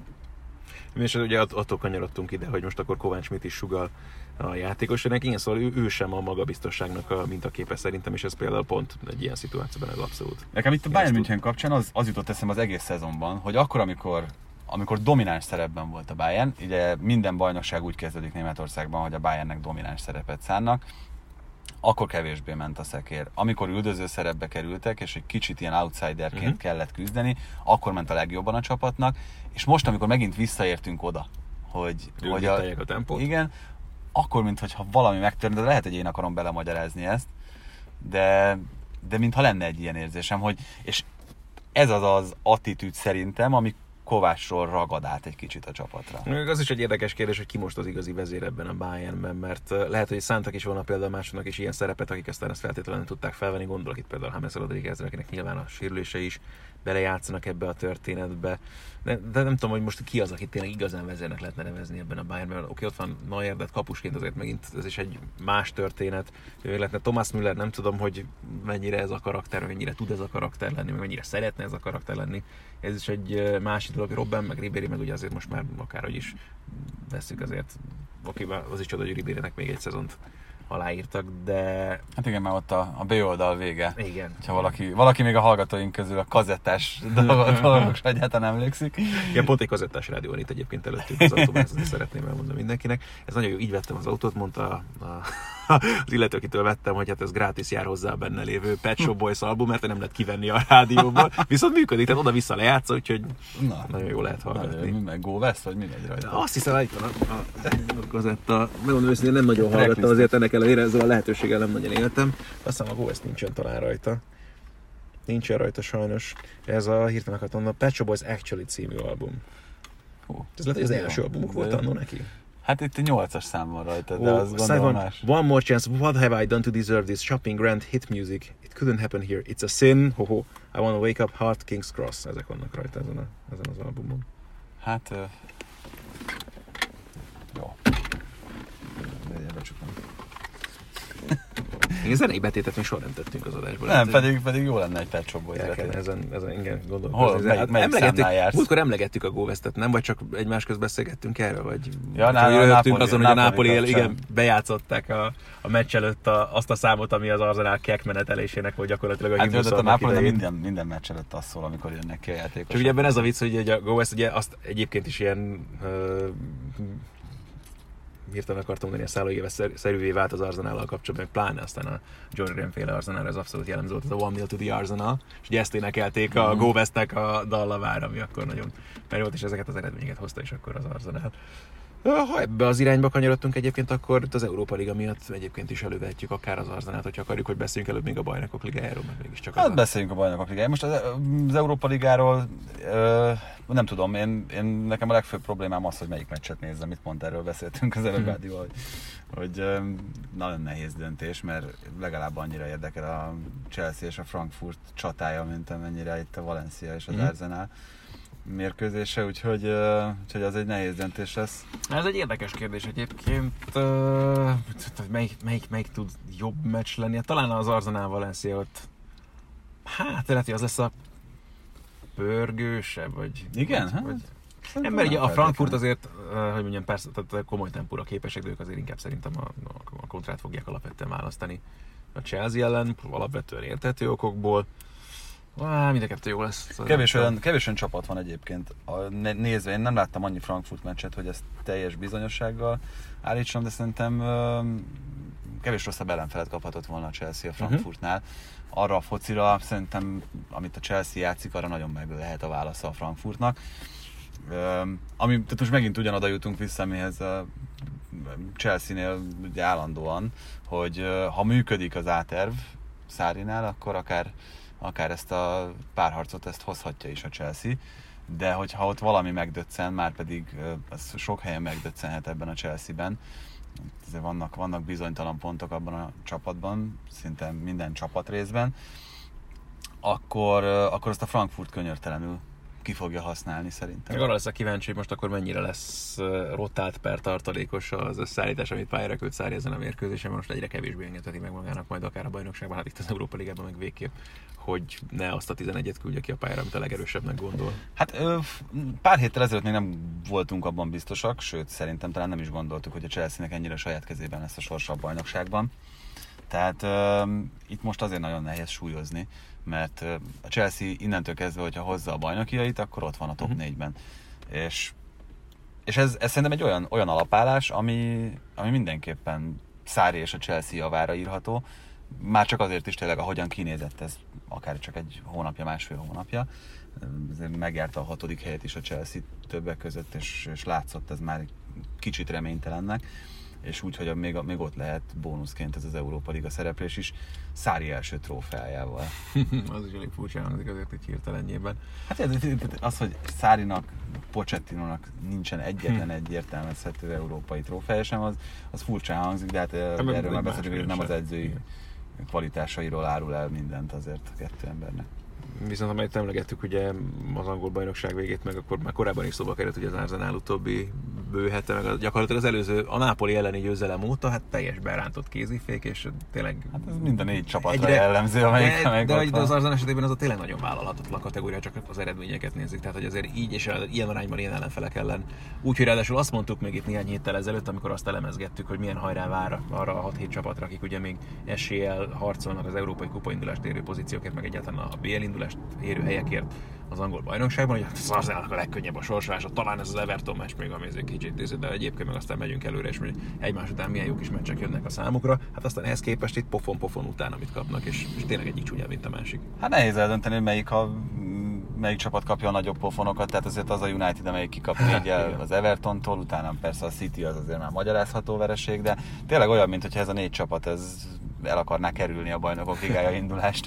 És ugye attól kanyarodtunk ide, hogy most akkor Kovács mit is sugall a játékosnak. Igen, szóval ő, ő sem a magabiztosságnak a mintaképe szerintem, és ez például pont egy ilyen szituációban ez abszolút. Nekem itt a Bayern München kapcsán az, az jutott eszembe az egész szezonban, hogy akkor, amikor, amikor domináns szerepben volt a Bayern, ugye minden bajnokság úgy kezdődik Németországban, hogy a Bayernnek domináns szerepet szánnak, akkor kevésbé ment a szekér. Amikor üldöző szerepbe kerültek, és egy kicsit ilyen outsiderként uh-huh. kellett küzdeni, akkor ment a legjobban a csapatnak, és most, amikor megint visszaértünk oda, hogy... hogy a, a tempót. Igen, akkor, mintha valami megtörne, de lehet, hogy én akarom belemagyarázni ezt, de, de mintha lenne egy ilyen érzésem, hogy... És ez az az attitűd szerintem, ami Kovácsról ragad át egy kicsit a csapatra. Az is egy érdekes kérdés, hogy ki most az igazi vezér ebben a Bayernben, mert lehet, hogy szántak is volna például másoknak is ilyen szerepet, akik aztán ezt feltétlenül tudták felvenni. Gondolok itt például James Rodríguezre, akinek nyilván a sérülése is belejátszanak ebbe a történetbe. De, de nem tudom, hogy most ki az, aki tényleg igazán vezérnek lehetne nevezni ebben a Bayernben. Oké, ott van Neuer, de kapusként azért megint ez is egy más történet. Ő lehetne Thomas Müller, nem tudom, hogy mennyire ez a karakter, mennyire tud ez a karakter lenni, mennyire szeretne ez a karakter lenni. Ez is egy másik dolog, Robben, meg Ribéry, meg ugye azért most már akárhogy is veszük azért. Oké, az is csoda, hogy Ribérynek még egy szezont aláírtak, de... Hát igen, már ott a, a B oldal vége. Igen. Ha valaki, valaki még a hallgatóink közül a kazettás dolgok egyáltalán emlékszik. Igen, pont egy kazettás rádió van itt egyébként előttünk az autóban, ezt szeretném elmondani mindenkinek. Ez nagyon jó, így vettem az autót, mondta a, a, az illető, akitől vettem, hogy hát ez gratis jár hozzá a benne lévő Pet Shop Boys album, mert nem lehet kivenni a rádióból. Viszont működik, tehát oda-vissza lejátsza, úgyhogy na, nagyon jó lehet hallgatni. Mi meg Go West, vagy mi megy rajta? Azt hiszem, hogy itt van a, a, a kazetta. Megmondom őszintén, nem nagyon hallgattam, azért ennek ellenére ezzel a lehetőséggel nem nagyon éltem. Azt hiszem, a Go West nincsen talán rajta. Nincsen rajta sajnos. Ez a hirtelen akartam, a Pet Shop Boys Actually című album. Hú, ez lehet, hogy az első albumuk volt annó neki. Hát itt nyolcas szám van rajta, de oh, az gondolom más. One more chance, what have I done to deserve this? Shopping, grand, hit music. It couldn't happen here. It's a sin. Ho ho. I wanna wake up, heart, King's Cross. Ezek vannak rajta ezen, a, ezen az albumon. Hát... Uh... Jó. Becsukom. Igen, zenei betétet még soha nem tettünk az adásból. Nem, pedig, pedig jó lenne egy Pet Shop Boys betét. Ezen, ezen igen gondolkozni. Hol, melyik, melyik múltkor emlegettük a Go Westet, nem? Vagy csak egymás közt beszélgettünk erről? Vagy ja, ná, rögtünk azon, hogy a Napoli igen, bejátszották a, a meccs előtt a, azt a számot, ami az Arsenal kek menetelésének, vagy gyakorlatilag a himnusz hát, a Napoli minden, minden meccs előtt azt szól, amikor jönnek ki a játékosok. Csak ugye ebben ez a vicc, hogy a Go West ugye azt egyébként is ilyen uh, hirtelen akartam mondani, a szállóéves szerűvé vált az Arsenállal kapcsolatban, pláne aztán a John Renféle Arsenal, ez abszolút jellemző volt, ez a One Nil to the Arsenal, és ugye ezt énekelték a Go Westnek a dallavára, ami akkor nagyon mert volt, és ezeket az eredményeket hozta is akkor az Arsenal. Ha ebbe az irányba kanyarodtunk egyébként, akkor itt az Európa Liga miatt egyébként is elővehetjük akár az Arsenalt, hogyha akarjuk, hogy beszéljünk előbb még a Bajnokok Ligájáról, meg mégiscsak hát beszéljünk a Bajnokok Ligájáról. Most az, az Európa Ligáról ö, nem tudom, én, én nekem a legfőbb problémám az, hogy melyik meccset nézzem, mit pont erről beszéltünk az előbb, hmm. hogy, hogy ö, nagyon nehéz döntés, mert legalább annyira érdekel a Chelsea és a Frankfurt csatája, mint amennyire itt a Valencia és az hmm. Arsenal mérkőzése, úgyhogy, uh, úgyhogy az egy nehéz döntés lesz. Ez egy érdekes kérdés egyébként. Uh, melyik, melyik, melyik tud jobb meccs lenni? Talán az Arsenal Valencia ott hát lehet, hogy az lesz a pörgősebb, vagy... Igen? Vagy, vagy... Nem, mert ugye a Frankfurt azért, uh, hogy mondjam, persze, tehát komoly tempóra képesek, de ők azért inkább szerintem a, a kontrát fogják alapvetően választani a Chelsea ellen, alapvetően érthető okokból. Á, mind a kettő jó lesz. Kevés olyan, kevés olyan csapat van egyébként. A, nézve, én nem láttam annyi Frankfurt meccset, hogy ezt teljes bizonyossággal állítsam, de szerintem kevés rosszabb ellenfelet kaphatott volna a Chelsea a Frankfurtnál. Arra a focira szerintem, amit a Chelsea játszik, arra nagyon meg lehet a válasza a Frankfurtnak. Ami, tehát most megint ugyanoda jutunk vissza, amihez a Chelsea-nél ugye állandóan, hogy ha működik az A-terv Sarrinál, akkor akár akár ezt a párharcot ezt hozhatja is a Chelsea, de hogyha ott valami megdöccen, már pedig ez sok helyen megdöccenhet ebben a Chelsea-ben, vannak, vannak bizonytalan pontok abban a csapatban, szinte minden csapatrészben, akkor, akkor azt a Frankfurt könyörtelenül ki fogja használni szerintem. Arra lesz a kíváncsi, hogy most akkor mennyire lesz rotált per tartalékos az összeállítás, amit pályára költ Sarri ezen a mérkőzésen, most egyre kevésbé engedheti meg magának majd akár a bajnokságban, hát itt az Európa Ligában meg végképp, hogy ne azt a tizenegyet küldje ki a pályára, amit a legerősebbnek gondol. Hát pár héttel ezelőtt még nem voltunk abban biztosak, sőt szerintem talán nem is gondoltuk, hogy a Chelsea-nek ennyire saját kezében lesz a sorsa a bajnokságban. Tehát uh, itt most azért nagyon nehéz súlyozni, mert uh, a Chelsea innentől kezdve, hogyha hozza a bajnokiait, akkor ott van a top uh-huh. négyben. És, és ez, ez szerintem egy olyan, olyan alapállás, ami, ami mindenképpen Sarri és a Chelsea javára írható. Már csak azért is tényleg, ahogyan kinézett ez, akár csak egy hónapja, másfél hónapja. Megjárta a hatodik helyet is a Chelsea többek között, és, és látszott ez már kicsit reménytelennek. És úgy, hogy még, még ott lehet bónuszként ez az Európa Liga szereplés is, Sarri első trófeájával. Az is elég furcsa hangzik azért egy hirtelenjében. Hát az, hogy Sarrinak, Pochettinónak nincsen egyetlen egy értelmezhető európai trófeája sem, az, az furcsán hangzik, de hát erről már beszélünk, hogy nem az edzői kvalitásairól árul el mindent azért a kettő embernek. Viszont amelyet emlegettük ugye az angol bajnokság végét, meg akkor már korábban is szóba került, hogy az Arsenal utóbbi bő hete, meg gyakorlatilag az előző, a Napoli elleni győzelem óta, hát teljes berántott kézifék, és tényleg... Hát ez mind a négy csapatra jellemző, amelyik de, meg de, ott de az Arsenal esetében az a tényleg nagyon vállalhatatlan kategória, csak az eredményeket nézik, tehát hogy azért így és ilyen arányban ilyen ellenfelek ellen. Úgyhogy ráadásul azt mondtuk még itt néhány héttel ezelőtt, amikor azt elemezgettük, hogy milyen hajrá vár arra a hat-hét csapatra, akik ugye még eséllyel harcolnak az európai kupaindulást érő pozíciókért, meg egyáltalán a bé el indulást érő helyekért az angol bajnokságban, hogy az Arsenalnak a legkönnyebb a sorsolása, talán ez az Everton meccs még, ami egy kicsit néző, de egyébként meg aztán megyünk előre, és hogy egymás után milyen jó kis meccsek jönnek a számukra. Hát aztán ehhez képest itt pofon-pofon után, amit kapnak, és, és tényleg egyik csúnyább, mint a másik. Hát nehéz eldönteni, hogy melyik, a, melyik csapat kapja a nagyobb pofonokat, tehát azért az a United, amelyik kikap négyel az Evertontól, utána persze a City az azért már magyarázható vereség, de tényleg olyan, mintha ez a négy csapat ez el akarná kerülni a bajnokok ligája indulást.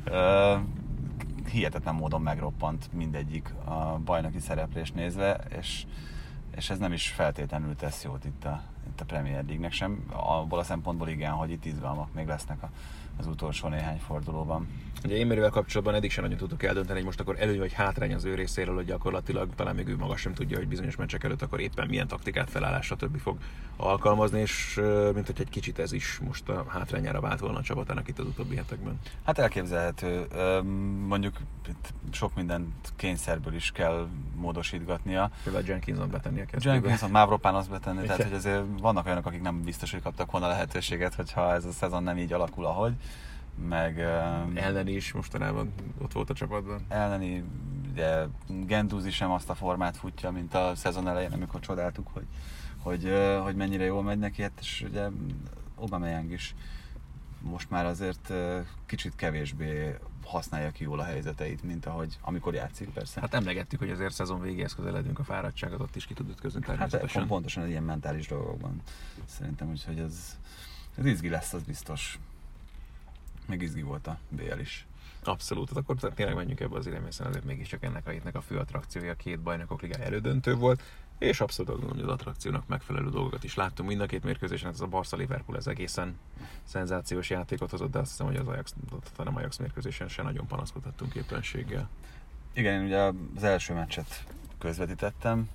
Hihetetlen módon megroppant mindegyik a bajnoki szereplést nézve, és, és ez nem is feltétlenül tesz jót itt a, itt a Premier League-nek sem, abból a szempontból igen, hogy itt izgalmak még lesznek a, az utolsó néhány fordulóban. Ugye Émerivel kapcsolatban eddig sem nagyon tudtuk eldönteni, hogy most akkor előny vagy hátrány az ő részéről, hogy gyakorlatilag talán még ő maga sem tudja, hogy bizonyos meccsek előtt akkor éppen milyen taktikát, felállásra többi fog alkalmazni, és mint hogy egy kicsit ez is most a hátrányára vált volna a csapatának itt az utóbbi hetekben. Hát elképzelhető. Mondjuk itt sok mindent kényszerből is kell módosítgatnia. Például Jenkinson betenni a kezdőbe. Jenkinson, Mavropánosz betenni, tehát hogy azért vannak olyanok, akik nem biztos, hogy kaptak volna lehetőséget, hogyha ez a szezon nem így alakul, ahogy. Meg Elneny is mostanában ott volt a csapatban. Elneny, ugye Gendouzi sem azt a formát futja, mint a szezon elején, amikor csodáltuk, hogy, hogy, hogy mennyire jól megy neki, hát, és ugye Aubameyang is most már azért kicsit kevésbé használja ki jól a helyzeteit, mint ahogy amikor játszik, persze. Hát emlegettük, hogy azért szezon végéhez közeledünk, a fáradtságot ott is ki tud ütközni természetesen. Hát pontosan egy ilyen mentális dolgokban szerintem, úgyhogy ez, ez izgi lesz, az biztos. Még izgi volt a bé el is. Abszolút, akkor tényleg menjünk ebbe az irányba, hiszen azért mégiscsak ennek a hétnek a fő attrakciója a két bajnokok ligája elődöntő volt, és abszolút gondolom, hogy az attrakciónak megfelelő dolgokat is láttunk mind a két mérkőzésen, ez a Barca-Liverpool ez egészen szenzációs játékot hozott, de azt hiszem, hogy az Ajax, nem Ajax mérkőzésen se nagyon panaszkodhattunk éppenséggel. Igen, én ugye az első meccset közvetítettem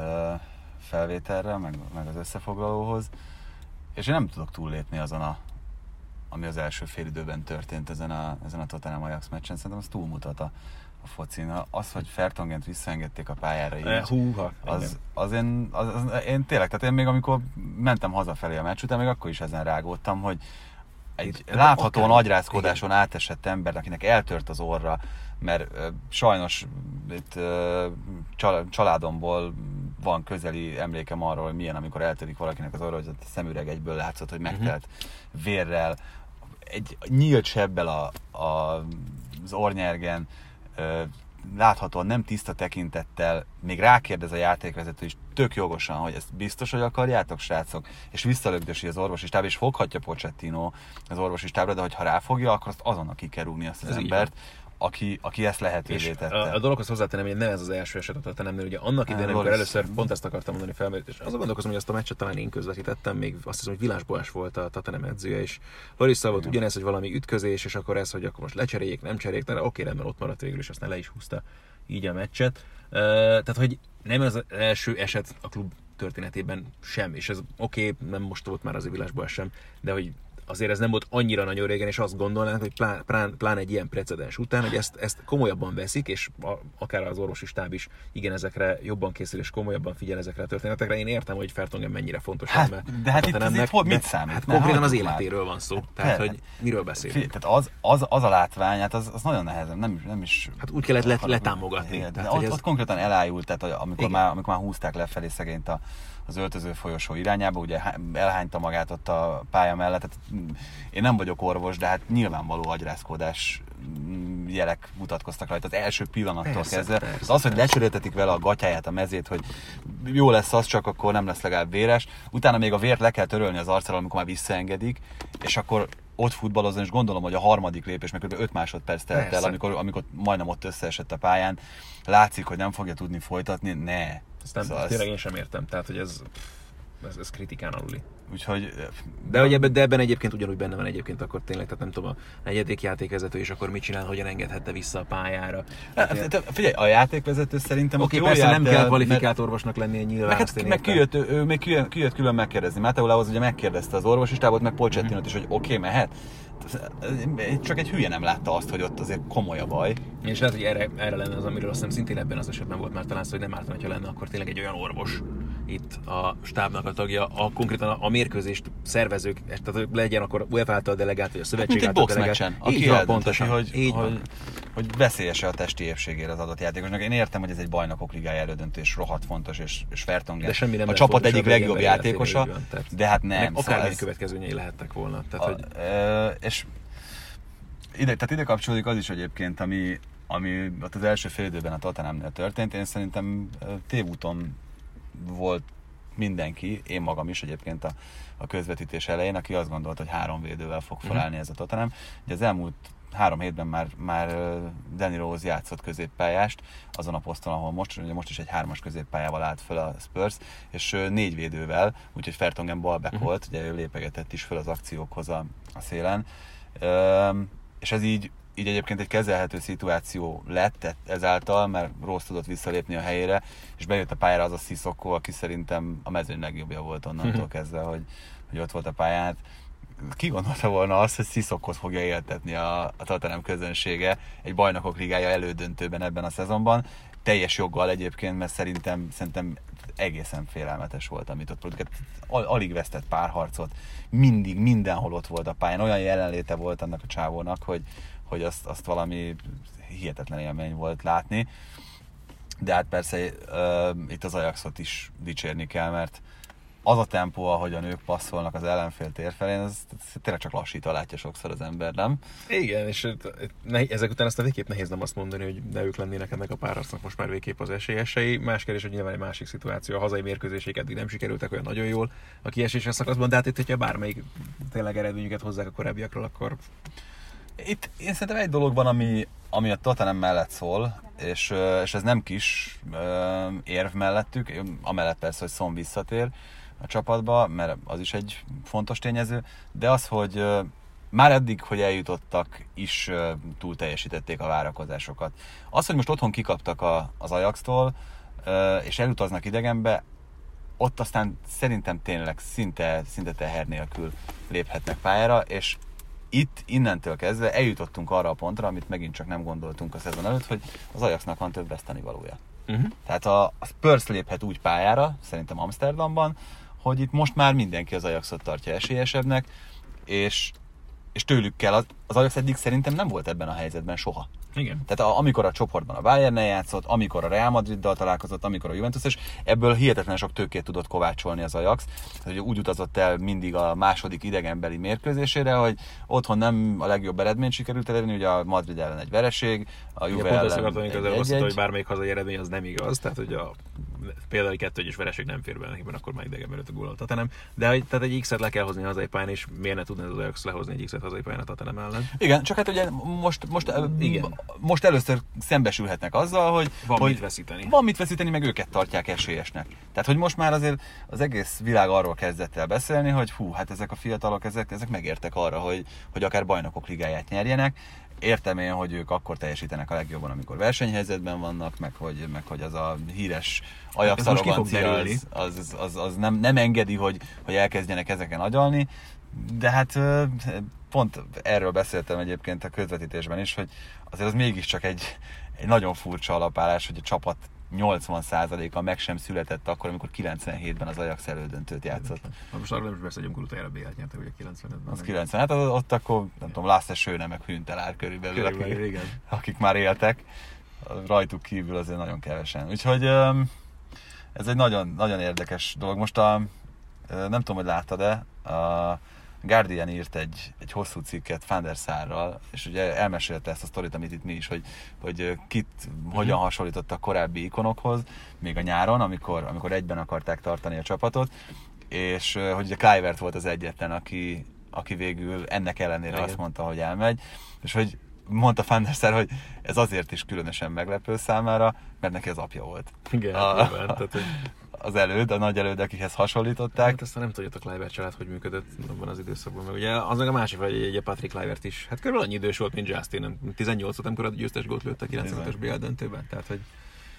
felvételre, meg, meg az összefoglalóhoz, és én nem tudok túllépni azon a ami az első fél időben történt ezen a, ezen a Tottenham Ajax meccsen, szerintem az túlmutat a, a focin. Az, hogy Vertongent visszaengedték a pályára így, Húha, az, az, én, az, az én tényleg, tehát én még amikor mentem hazafelé a meccs után, még akkor is ezen rágódtam, hogy egy itt, látható akár agyrázkodáson igen. átesett ember, akinek eltört az orra, mert uh, sajnos itt uh, csal- családomból van közeli emlékem arról, hogy milyen, amikor eltörik valakinek az orra, hogy a szemüreg egyből látszott, hogy megtelt uh-huh. vérrel, egy nyílt sebbel a, a, az ornyergen, uh, láthatóan nem tiszta tekintettel még rákérdez a játékvezető is tök jogosan, hogy ezt biztos, hogy akarjátok, srácok, és visszalögdösi az orvosi stáb, és foghatja Pochettino az orvosi stábra, de hogyha ráfogja, akkor azt azonnal ki kell rúgni azt az ez embert, aki, aki ezt lehetővé tette. A, a dologhoz hozzátenem, hogy nem ez az első eset a Tottenhamnél, ugye annak idején, amikor először pont ezt akartam mondani felmerült, és azon gondolkozom, hogy azt a meccset talán én közvetítettem, még azt hiszem, hogy Vilás Balázs volt a Tottenham edzője, és Larissa volt ugyanez, hogy valami ütközés, és akkor ez, hogy akkor most lecseréljék, nem cseréljék, de oké, rendben ott maradt végül, és aztán le is húzta így a meccset. Uh, tehát, hogy nem ez az első eset a klub történetében sem, és ez oké, nem most volt már az a Vilás Balázs sem, de hogy azért ez nem volt annyira nagyon régen, és azt gondolnánk, hogy plán, plán, plán egy ilyen precedens után, hogy ezt, ezt komolyabban veszik, és a, akár az orvosi stáb is igen ezekre jobban készül, és komolyabban figyel ezekre a történetekre. Én értem, hogy Vertonghen mennyire fontos. Hát, mert de hát itt azért hogy mit számít? Hát konkrétan az életéről van szó. Tehát, hogy miről beszélünk. Figyelj, tehát az, az, az a látvány, hát az, az nagyon nehezen, nem, nem is... Hát úgy kellett let, letámogatni. De tehát, ott, ez... ott konkrétan elájult, tehát amikor már, amikor már húzták lefelé szegényt a az öltöző folyosó irányába, ugye elhányta magát ott a pálya mellett. Tehát én nem vagyok orvos, de hát nyilvánvaló agyrázkódás jelek mutatkoztak rajta az első pillanattól persze, kezdve. Persze, az, hogy lecseréltetik vele a gatyáját, a mezét, hogy jó lesz az, csak akkor nem lesz legalább véres. Utána még a vért le kell törölni az arcáról, amikor már visszaengedik, és akkor ott futballozni, és gondolom, hogy a harmadik lépés, meg kb. öt másodperc telt el, amikor, amikor majdnem ott összeesett a pályán, látszik, hogy nem fogja tudni folytatni, ne. Ezt nem, szóval tényleg én sem értem, tehát hogy ez, ez, ez kritikán aluli. Úgyhogy... De, hogy ebben, de ebben egyébként ugyanúgy benne van egyébként akkor tényleg, tehát nem tudom, a negyedik játékvezető és akkor mit csinál, hogyan engedhette vissza a pályára. Hát, te, figyelj, a játékvezető szerintem... Oké, okay, persze nem kell kvalifikált mert... orvosnak lennie nyilván. Meg, hát, meg kijött, ő még kijött, kijött külön megkérdezni. Mateulához ugye megkérdezte az orvosi stábot, meg Pochettinót mm-hmm. is, hogy oké, okay, mehet. Csak egy hülye nem látta azt, hogy ott azért komoly a baj. És lehet, hogy erre, erre lenne az, amiről azt hiszem szintén ebben az esetben volt már talán szó, hogy nem ártana, hogyha lenne akkor tényleg egy olyan orvos itt a stábnak a tagja, a konkrétan a, a mérkőzést szervezők, tehát legyen akkor UEFA által delegált, vagy a szövetség által delegált. Aki van, pontosan, hogy, így hogy, van. hogy veszélyes-e a testi épségére az adott játékosnak. Én értem, hogy ez egy bajnokok ligája elődöntő, és rohadt fontos, és, és Vertonghen a csapat egyik legjobb játékosa, van, de hát nem. Akármilyen szóval következményei lehettek volna. Tehát, a, hogy... e, és ide, tehát ide kapcsolódik az is egyébként, ami, ami ott az első fél időben a Tottenhamnél történt. Én szerintem tévúton volt mindenki, én magam is egyébként a, a közvetítés elején, aki azt gondolta, hogy három védővel fog felállni mm. ez a Tottenham. Ugye az elmúlt három hétben már, már Danny Rose játszott középpályást azon a poszton, ahol most, ugye most is egy hármas középpályával állt föl a Spurs, és négy védővel, úgyhogy Vertonghen balback mm. volt, ugye ő lépegetett is föl az akciókhoz a, a szélen. Üm, és ez így, így egyébként egy kezelhető szituáció lett ezáltal, mert Rose tudott visszalépni a helyére, és bejött a pályára az a Sissoko, aki szerintem a mezőny legjobbja volt onnantól kezdve, hogy, hogy ott volt a pályán. Ki gondolta volna azt, hogy Sissokot fogja éltetni a, a Tottenham közönsége egy bajnokok ligája elődöntőben ebben a szezonban. Teljes joggal egyébként, mert szerintem, szerintem egészen félelmetes volt, amit ott produkált. Al- alig vesztett párharcot, mindig, mindenhol ott volt a pályán. Olyan jelenléte volt annak a csávónak, hogy, hogy azt, azt valami hihetetlen élmény volt látni. De hát persze uh, itt az Ajaxot is dicsérni kell, mert az a tempó, ahogyan ők passzolnak az ellenfél tér felén, ez, ez tényleg csak lassítva látja sokszor az ember, nem? Igen, és ezek után aztán végképp nehéz nem azt mondani, hogy ne ők lennének ennek a párharcnak most már végképp az esélyesei. Más kérdés, hogy nyilván egy másik szituáció, a hazai mérkőzések eddig nem sikerültek olyan nagyon jól a kieséses szakaszban, de hát itt, hogyha bármelyik tényleg eredményüket hozzák a korábbiakról, akkor... Itt én szerintem egy dolog van, ami, ami a Tottenham mellett szól, és, és ez nem kis érv mellettük, amellett persze, hogy Son visszatér a csapatba, mert az is egy fontos tényező, de az, hogy már eddig, hogy eljutottak, is túl teljesítették a várakozásokat. Az, hogy most otthon kikaptak a, az Ajaxtól, és elutaznak idegenbe, ott aztán szerintem tényleg szinte, szinte teher nélkül léphetnek pályára, és itt innentől kezdve eljutottunk arra a pontra, amit megint csak nem gondoltunk a szezon előtt, hogy az Ajaxnak van több vesztenivalója. Uh-huh. Tehát a, a Spurs léphet úgy pályára, szerintem Amsterdamban, hogy itt most már mindenki az Ajaxot tartja esélyesebbnek, és, és tőlük kell, az, az Ajax eddig szerintem nem volt ebben a helyzetben soha. Igen. Tehát a, amikor a csoportban a Bayernnel játszott, amikor a Real Madriddal találkozott, amikor a Juventus, és ebből hihetetlen sok tőkét tudott kovácsolni az Ajax. Tehát, úgy utazott el mindig a második idegenbeli mérkőzésére, hogy otthon nem a legjobb eredményt sikerült elérni, ugye a Madrid ellen egy vereség, a Juve ellen egy, egy, egy, egy. hogy bármelyik hazai eredmény az nem igaz, tehát hogy a például egy kettő egyes vereség nem fér bele nekében, akkor már idegenben öt góllal a Tottenham, de hogy, tehát egy X-et le kell hozni a hazai pályán, és miért ne tudna az Ajax lehozni egy X-et hazai pályán a Tottenham ellen? Igen, csak hát ugye most, most, igen. most először szembesülhetnek azzal, hogy van hogy mit veszíteni. Van mit veszíteni, meg őket tartják esélyesnek. Tehát, hogy most már azért az egész világ arról kezdett el beszélni, hogy hú, hát ezek a fiatalok, ezek, ezek megértek arra, hogy, hogy akár bajnokok ligáját nyerjenek. Értem én, hogy ők akkor teljesítenek a legjobban, amikor versenyhelyzetben vannak, meg hogy, meg hogy az a híres Ajax arrogancia az, az, az, az nem, nem engedi, hogy, hogy elkezdjenek ezeken agyalni. De hát pont erről beszéltem egyébként a közvetítésben is, hogy azért az mégiscsak egy, egy nagyon furcsa alapállás, hogy a csapat nyolcvan százaléka meg sem született akkor, amikor kilencvenhétben az Ajax elődöntőt játszott. Na most arra nem is beszéljünk, amikor utána bé el-t nyertek, ugye kilencvenötben. Az kilencven, hát ott akkor, nem tudom, László Sőne meg Hüntelár körülbelül, körülbelül akik, igen. akik már éltek, rajtuk kívül azért nagyon kevesen. Úgyhogy ez egy nagyon, nagyon érdekes dolog. Most a, nem tudom, hogy láttad-e, a Guardian írt egy, egy hosszú cikket Van der Sarral, és ugye elmesélte ezt a sztorit, amit itt mi is, hogy, hogy kit uh-huh. hogyan hasonlítottak korábbi ikonokhoz, még a nyáron, amikor, amikor egyben akarták tartani a csapatot, és hogy ugye Kluivert volt az egyetlen, aki, aki végül ennek ellenére igen. azt mondta, hogy elmegy, és hogy mondta Van der Sar, hogy ez azért is különösen meglepő számára, mert neki az apja volt. Igen, a, nyilván, tehát, hogy... az előd, a nagy előd, akihez hasonlították. Hát aztán nem tudjátok, Kluivert család hogy működött abban az időszakban, meg ugye az meg a másik, hogy egy Patrick Kluivert is, hát körülbelül annyi idős volt, mint Justin, nem tizennyolc volt, amikor a győztes gólt lőtt a kilencvenötös bé el döntőben, tehát hogy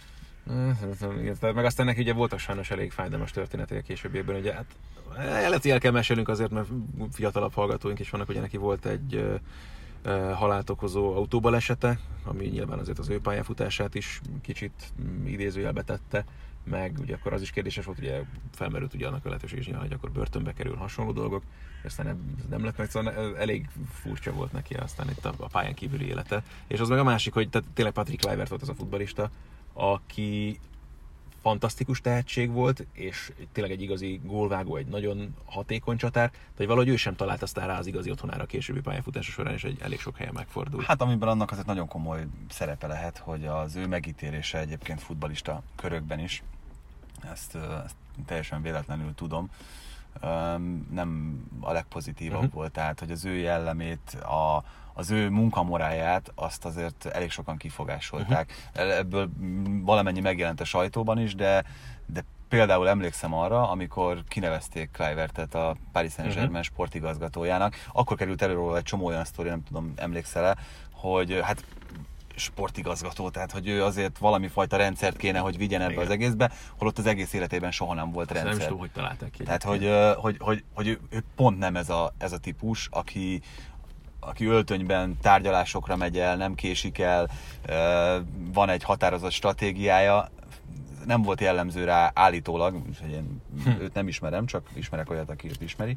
meg aztán neki ugye voltak sajnos elég fájdalmas történetek a későbbiekben, ugye hát el, el kell mesélnünk azért, mert fiatalabb hallgatóink is vannak, ugye neki volt egy halált okozó autóbalesete, ami nyilván azért az ő pályafutását is kicsit idézőjelbe tette, meg ugye akkor az is kérdéses volt, ugye felmerült ugye annak a lehetőség is nyilván, hogy akkor börtönbe kerül hasonló dolgok, aztán nem, nem lett meg, szóval elég furcsa volt neki aztán itt a, a pályán kívüli élete. És az meg a másik, hogy tehát tényleg Patrick Kluivert volt az a futballista, aki fantasztikus tehetség volt, és tényleg egy igazi gólvágó, egy nagyon hatékony csatár, de hogy valahogy ő sem talált aztán rá az igazi otthonára a későbbi pályafutása során, és egy elég sok helyen megfordult. Hát amiben annak azért nagyon komoly szerepe lehet, hogy az ő megítélése egyébként futballista körökben is, ezt, ezt teljesen véletlenül tudom, nem a legpozitívabb uh-huh. volt, tehát hogy az ő jellemét, a, az ő munkamoráját azt azért elég sokan kifogásolták. Uh-huh. Ebből valamennyi megjelent a sajtóban is, de, de például emlékszem arra, amikor kinevezték Kluivertet a Paris Saint-Germain uh-huh. sportigazgatójának, akkor került elő róla egy csomó olyan sztori, nem tudom, emlékszel-e, hogy hát sportigazgató, tehát hogy ő azért valami fajta rendszert kéne, hogy vigyen ebbe igen. az egészbe, holott az egész életében soha nem volt rendszer. Nem is tudom, hogy találták ki. Tehát, hogy, hogy, hogy, hogy ő, ő pont nem ez a, ez a típus, aki, aki öltönyben tárgyalásokra megy el, nem késik el, van egy határozott stratégiája, nem volt jellemző rá állítólag, úgyhogy én hm. őt nem ismerem, csak ismerek olyat, aki őt ismeri.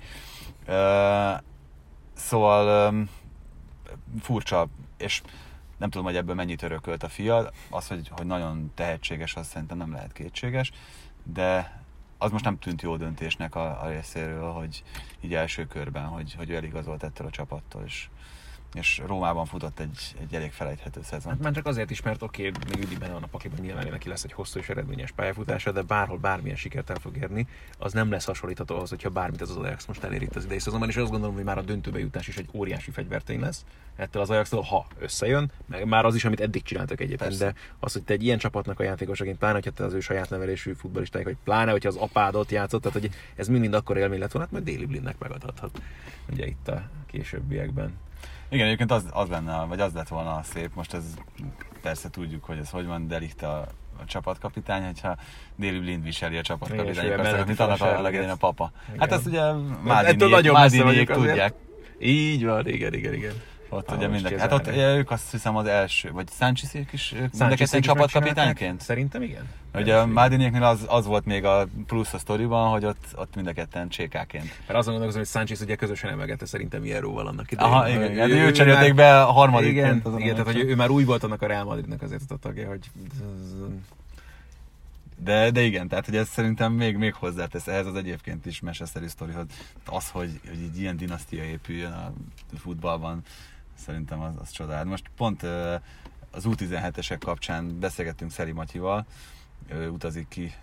Szóval furcsa, és nem tudom, hogy ebből mennyit örökölt a fia. Az, hogy, hogy nagyon tehetséges, az szerintem nem lehet kétséges, de az most nem tűnt jó döntésnek a, a részéről, hogy így első körben, hogy, hogy ő eligazolt ettől a csapattól, és, és Rómában futott egy, egy elég felejthető szezon. Hát már csak azért is, mert oké, okay, még üdi benne van a pakliban, nyilván neki lesz egy hosszú és eredményes pályafutása, de bárhol bármilyen sikert el fog érni, az nem lesz hasonlítható ahhoz, hogyha bármit az az Ajax most elér itt az idei szezonban, és azt gondolom, hogy már a döntőbe jutás is egy óriási fegyvertény lesz ettől az Ajaxtól, ha összejön, meg már az is, amit eddig csináltak egyébként, persze. De az, hogy te egy ilyen csapatnak a játékosaként, pláne, hogyha te az ő saját nevelésű futballistáik, vagy pláne, hogyha az apádot játszott, tehát hogy ez mind akkor élmény lett volna, hát majd Daley Blindnek megadhathat, ugye itt a későbbiekben. Igen, egyébként az, az lenne, vagy az lett volna szép, most ez persze tudjuk, hogy ez hogy van, de Ligt a, a csapatkapitány, hogyha Daley Blind viseli a csapatkapitány, persze, mint annak a legyen a papa. Igen. Hát ezt ugye Mádiniék tudják. Így van, igen, igen, igen. Ott ugye mindenki. Hát ott ők azt hiszem az első, vagy Sánchez-ék is mindenketten csapatkapitányként? Szerintem igen. Ugye a Maldiniéknél az, az volt még a plusz a sztoriban, hogy ott, ott mindenketten csékáként. Mert azon gondolkozom, hogy Sánchez ugye közösen emelgette szerintem Hierróval annak idején. Aha, igen, igen. Ő, ő cserélték be a harmadik. Igen, igen tehát hogy ő már úgy volt annak a Real Madridnak azért a tagja, hogy... De, de igen, tehát hogy ez szerintem még, még hozzátesz ehhez az egyébként is meseszerű sztorihoz. Az, hogy, hogy így ilyen dinasztia épüljön a futballban, szerintem az, az csodál. Most pont az U tizenhetesek kapcsán beszélgettünk Szeli Matyival, ő utazik ki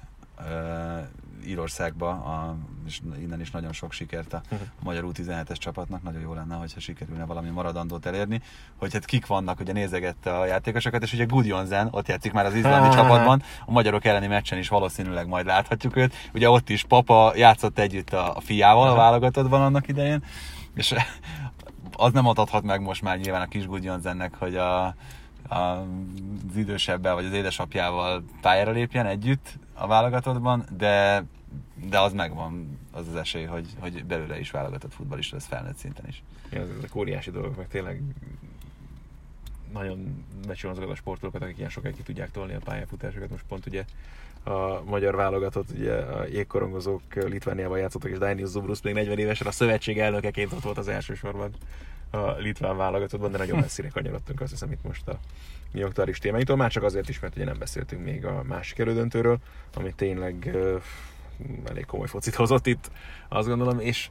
Írországba, a, és innen is nagyon sok sikert a magyar U tizenhetes csapatnak, nagyon jó lenne, hogyha sikerülne valami maradandót elérni, hogy hát kik vannak, ugye nézegette a játékosokat, és ugye Gudjonsen, ott játszik már az izlandi csapatban, a magyarok elleni meccsen is valószínűleg majd láthatjuk őt, ugye ott is Papa játszott együtt a, a fiával a válogatottban annak idején, és az nem adhat meg most már nyilván a kis Gudjonsennek, hogy a az idősebbel, vagy az édesapjával pályára lépjen együtt a válogatottban, de, de az megvan, az az esély, hogy, hogy belőle is válogatott futballista lesz felnőtt szinten is. Ja, ezek óriási dolgok, meg tényleg nagyon becsülöm azokat a sportolókat, akik ilyen sokáig ki tudják tolni a pályafutásokat. Most pont ugye a magyar válogatott, ugye a jégkorongozók Litvániában játszottak, és Dainius Zubrus még negyven évesen a szövetség elnökeként ott volt az elsősorban a litván válogatottban, de nagyon messzire kanyarodtunk, azt hiszem itt most a mi aktuális témáinktól, már csak azért is, mert ugye nem beszéltünk még a másik elődöntőről, ami tényleg uh, elég komoly focit hozott itt, azt gondolom, és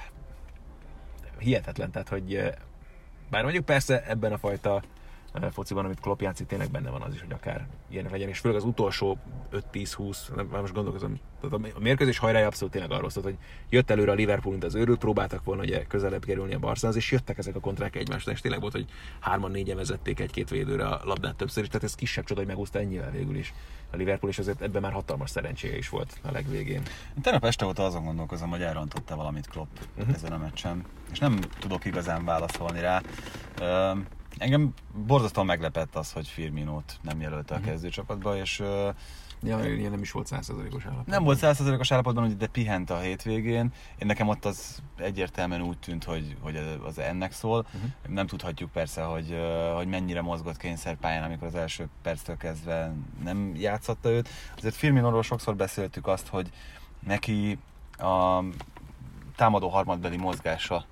hihetetlen, tehát hogy uh, bár mondjuk persze ebben a fajta uh, fociban, amit Klopp játszik, tényleg benne van az is, hogy akár ilyenek legyen, és főleg az utolsó öt-tíz-húsz, már most gondolkozom, tehát a mérkőzés hajrája abszolút tényleg arról szólt, hogy jött előre a Liverpool, mint az őrült, próbáltak volna ugye közelebb kerülni a Barszához, és jöttek ezek a kontrák egymásra, és tényleg volt, hogy hárman-négyen vezették egy-két védőre a labdát többször is, tehát ez kisebb csoda, hogy megúszta ennyivel végül is a Liverpool, és azért ebben már hatalmas szerencséje is volt a legvégén. Tegnap este óta azon gondolkozom, hogy elrontotta valamit Klopp uh-huh. ezen a meccsen, és nem tudok igazán válaszolni rá. Uh, engem borzasztóan meglepett az, hogy Firminót nem jelölte uh-huh. a kezdőcsapatba, és ja, ilyen nem is volt száz százalékos állapotban. Nem volt száz százalékos állapotban, de pihent a hétvégén. Én nekem ott az egyértelműen úgy tűnt, hogy, hogy az ennek szól. Uh-huh. Nem tudhatjuk persze, hogy, hogy mennyire mozgott kényszerpályán, amikor az első perctől kezdve nem játszotta őt. Azért Firminóról sokszor beszéltük azt, hogy neki a támadó harmadbeli mozgása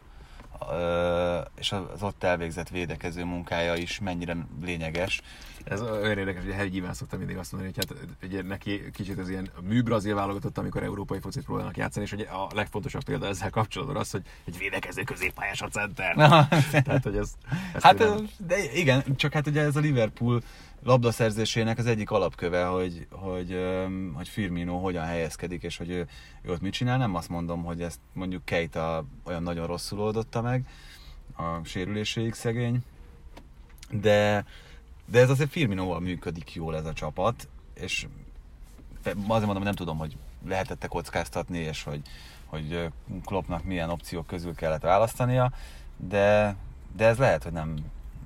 és az ott elvégzett védekező munkája is mennyire lényeges. Ez olyan érdekes, hogy Helyi Iván szokta mindig azt mondani, hogy hát ugye neki kicsit az ilyen mű-brazil válogatott, amikor európai focit próbálnak játszani, és hogy a legfontosabb példa ezzel kapcsolatban az, hogy egy védekező középpályás a center. Tehát, hogy ez, hát, tényleg... de igen, csak hát ugye ez a Liverpool labdaszerzésének az egyik alapköve, hogy, hogy, hogy Firmino hogyan helyezkedik, és hogy ő, ő ott mit csinál. Nem azt mondom, hogy ezt mondjuk Keita olyan nagyon rosszul oldotta meg, a sérüléséig szegény, de, de ez azért Firminóval működik jól ez a csapat, és azért mondom, hogy nem tudom, hogy lehetette kockáztatni, és hogy, hogy Kloppnak milyen opciók közül kellett választania, de, de ez lehet, hogy nem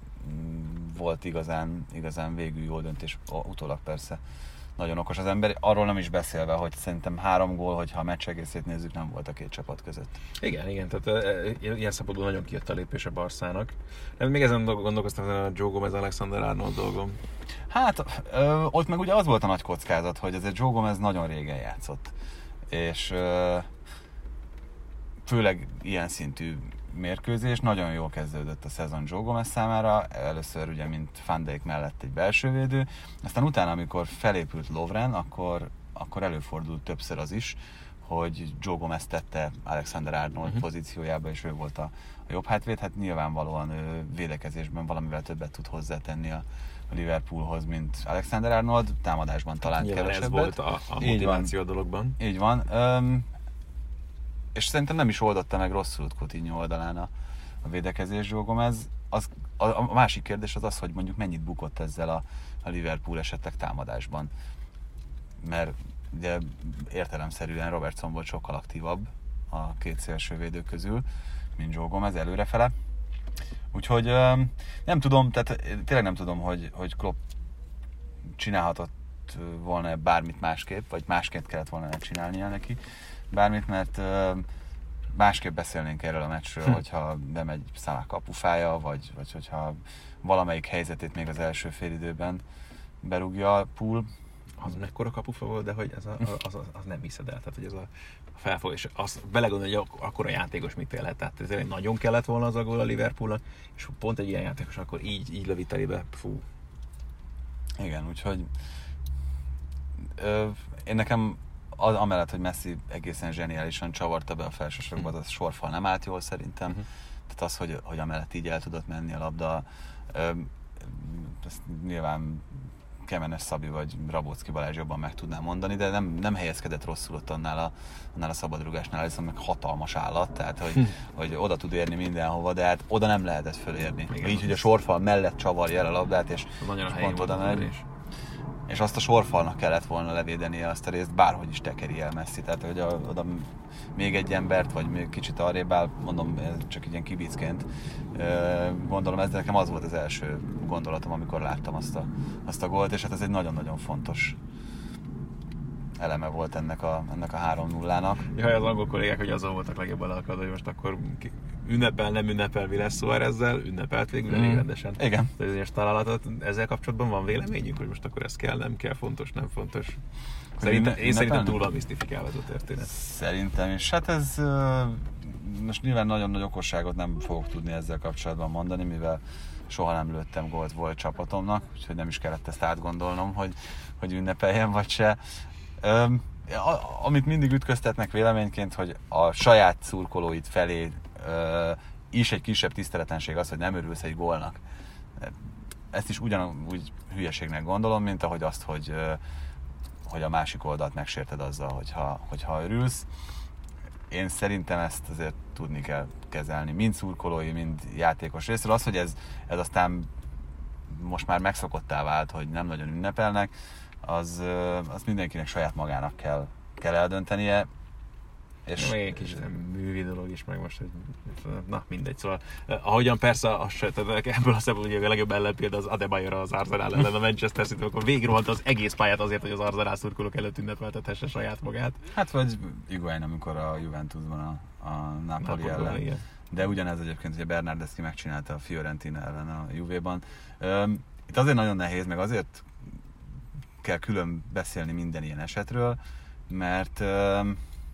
volt igazán, igazán végül jó döntés, utólag persze nagyon okos az ember, arról nem is beszélve, hogy szerintem három gól, hogyha a meccs egészét nézzük, nem volt a két csapat között. Igen, igen, tehát e, ilyen szempontból nagyon kijött a lépés a Barszának. De még ezen gondolkoztam, a Joe Gomez, Alexander Arnold dolgom. Hát, ö, ott meg ugye az volt a nagy kockázat, hogy azért Joe Gomez nagyon régen játszott, és ö, főleg ilyen szintű mérkőzés, nagyon jól kezdődött a szezon Joe Gomez számára, először ugye mint Van Dijk mellett egy belsővédő, aztán utána, amikor felépült Lovren, akkor, akkor előfordult többször az is, hogy Joe Gomez tette Alexander Arnold uh-huh. pozíciójába, és ő volt a, a jobb hátvéd, hát nyilvánvalóan ő védekezésben valamivel többet tud hozzátenni a, a Liverpoolhoz, mint Alexander Arnold, támadásban talán nyilván kevesebbet. Ez volt a, a motiváció a dologban. Így van. Um, és szerintem nem is oldotta meg rosszul Coutinho oldalán a, a védekezés Joe Gomez. Az, a, a másik kérdés az az, hogy mondjuk mennyit bukott ezzel a, a Liverpool esetleg támadásban. Mert ugye értelemszerűen Robertson volt sokkal aktívabb a két szélső védő közül, mint Joe Gomez előrefele. Úgyhogy nem tudom, tehát tényleg nem tudom, hogy, hogy Klopp csinálhatott volna bármit másképp, vagy másként kellett volna csinálnia neki bármit, mert másképp beszélnénk erről a meccsről, hm. hogyha bemegy Salah kapufája, vagy, vagy hogyha valamelyik helyzetét még az első félidőben berúgja a Pool. Az mekkora kapufa volt, de hogy ez a, az, az, az nem hiszed el. Tehát, hogy ez a felfog, és azt belegondolni, hogy akkora játékos mit élhet. Tehát ezért nagyon kellett volna az a gól a Liverpoolnak, és pont egy ilyen játékos akkor így, így lövi telébe. Fú. Igen, úgyhogy ö, én nekem az, amellett, hogy Messi egészen zseniálisan csavarta be a felsősorokba, az a sorfal nem állt jól szerintem. Uh-huh. Tehát az, hogy, hogy amellett így el tudott menni a labda, ö, ezt nyilván Kemenes Szabi vagy Rabocki Balázs jobban meg tudnám mondani, de nem, nem helyezkedett rosszul ott annál a, annál a szabadrugásnál, ez meg hatalmas állat, tehát hogy, hm. hogy oda tud érni mindenhova, de hát oda nem lehetett fölérni. Igen, így, hogy a sorfal mellett csavarja el a labdát, és, és pont oda megy. És azt a sorfalnak kellett volna levédenie azt a részt, bárhogy is tekeri el Messi, tehát hogy a, oda még egy embert, vagy még kicsit arrébb áll, mondom, csak ilyen kibicként. Gondolom, ez nekem az volt az első gondolatom, amikor láttam azt a, azt a gólt, és hát ez egy nagyon-nagyon fontos eleme volt ennek a, ennek a három nullának. Jaj, az angol kollégák, hogy azon voltak legjobban elakadva, hogy most akkor ünnepel, nem ünnepel Viles Suárezzel, ünnepelt végül elég rendesen. Igen. Ez bizonyos találatot. Ezzel kapcsolatban van véleményünk, hogy most akkor ez kell, nem kell, fontos, nem fontos? Szerintem, én szerintem túl van misztifikálva ez a történet. Szerintem is. Hát ez most nyilván nagyon nagy okosságot nem fogok tudni ezzel kapcsolatban mondani, mivel soha nem lőttem gólt volt csapatomnak, úgyhogy nem is kellett ezt átgondolnom, hogy, hogy ünnepeljen vagy se. Öm, amit mindig ütköztetnek véleményként, hogy a saját szurkolóid felé ö, is egy kisebb tiszteletlenség az, hogy nem örülsz egy gólnak. Ezt is ugyanúgy hülyeségnek gondolom, mint ahogy azt, hogy, ö, hogy a másik oldalt megsérted azzal, hogyha, hogyha örülsz. Én szerintem ezt azért tudni kell kezelni, mind szurkolói, mind játékos részről. Az, hogy ez, ez aztán most már megszokottá vált, hogy nem nagyon ünnepelnek, az, az mindenkinek saját magának kell, kell eldöntenie. És még egy kis művi dolog is, meg most, hogy na mindegy, szóval ahogyan persze az se, tehát ebből a szempontból ugye a legjobb ellenpélda az Adebayor az Arsenal ellen a Manchester City, akkor végigrohant az egész pályát azért, hogy az Arsenal szurkolók előtt ünnepeltethesse saját magát. Hát vagy Higuain, amikor a Juventusban a, a Napoli ellen. Igen. De ugyanez egyébként, hogy Bernardeschi megcsinálta a Fiorentina ellen a Juvéban. Itt azért nagyon nehéz, meg azért kell külön beszélni minden ilyen esetről, mert uh,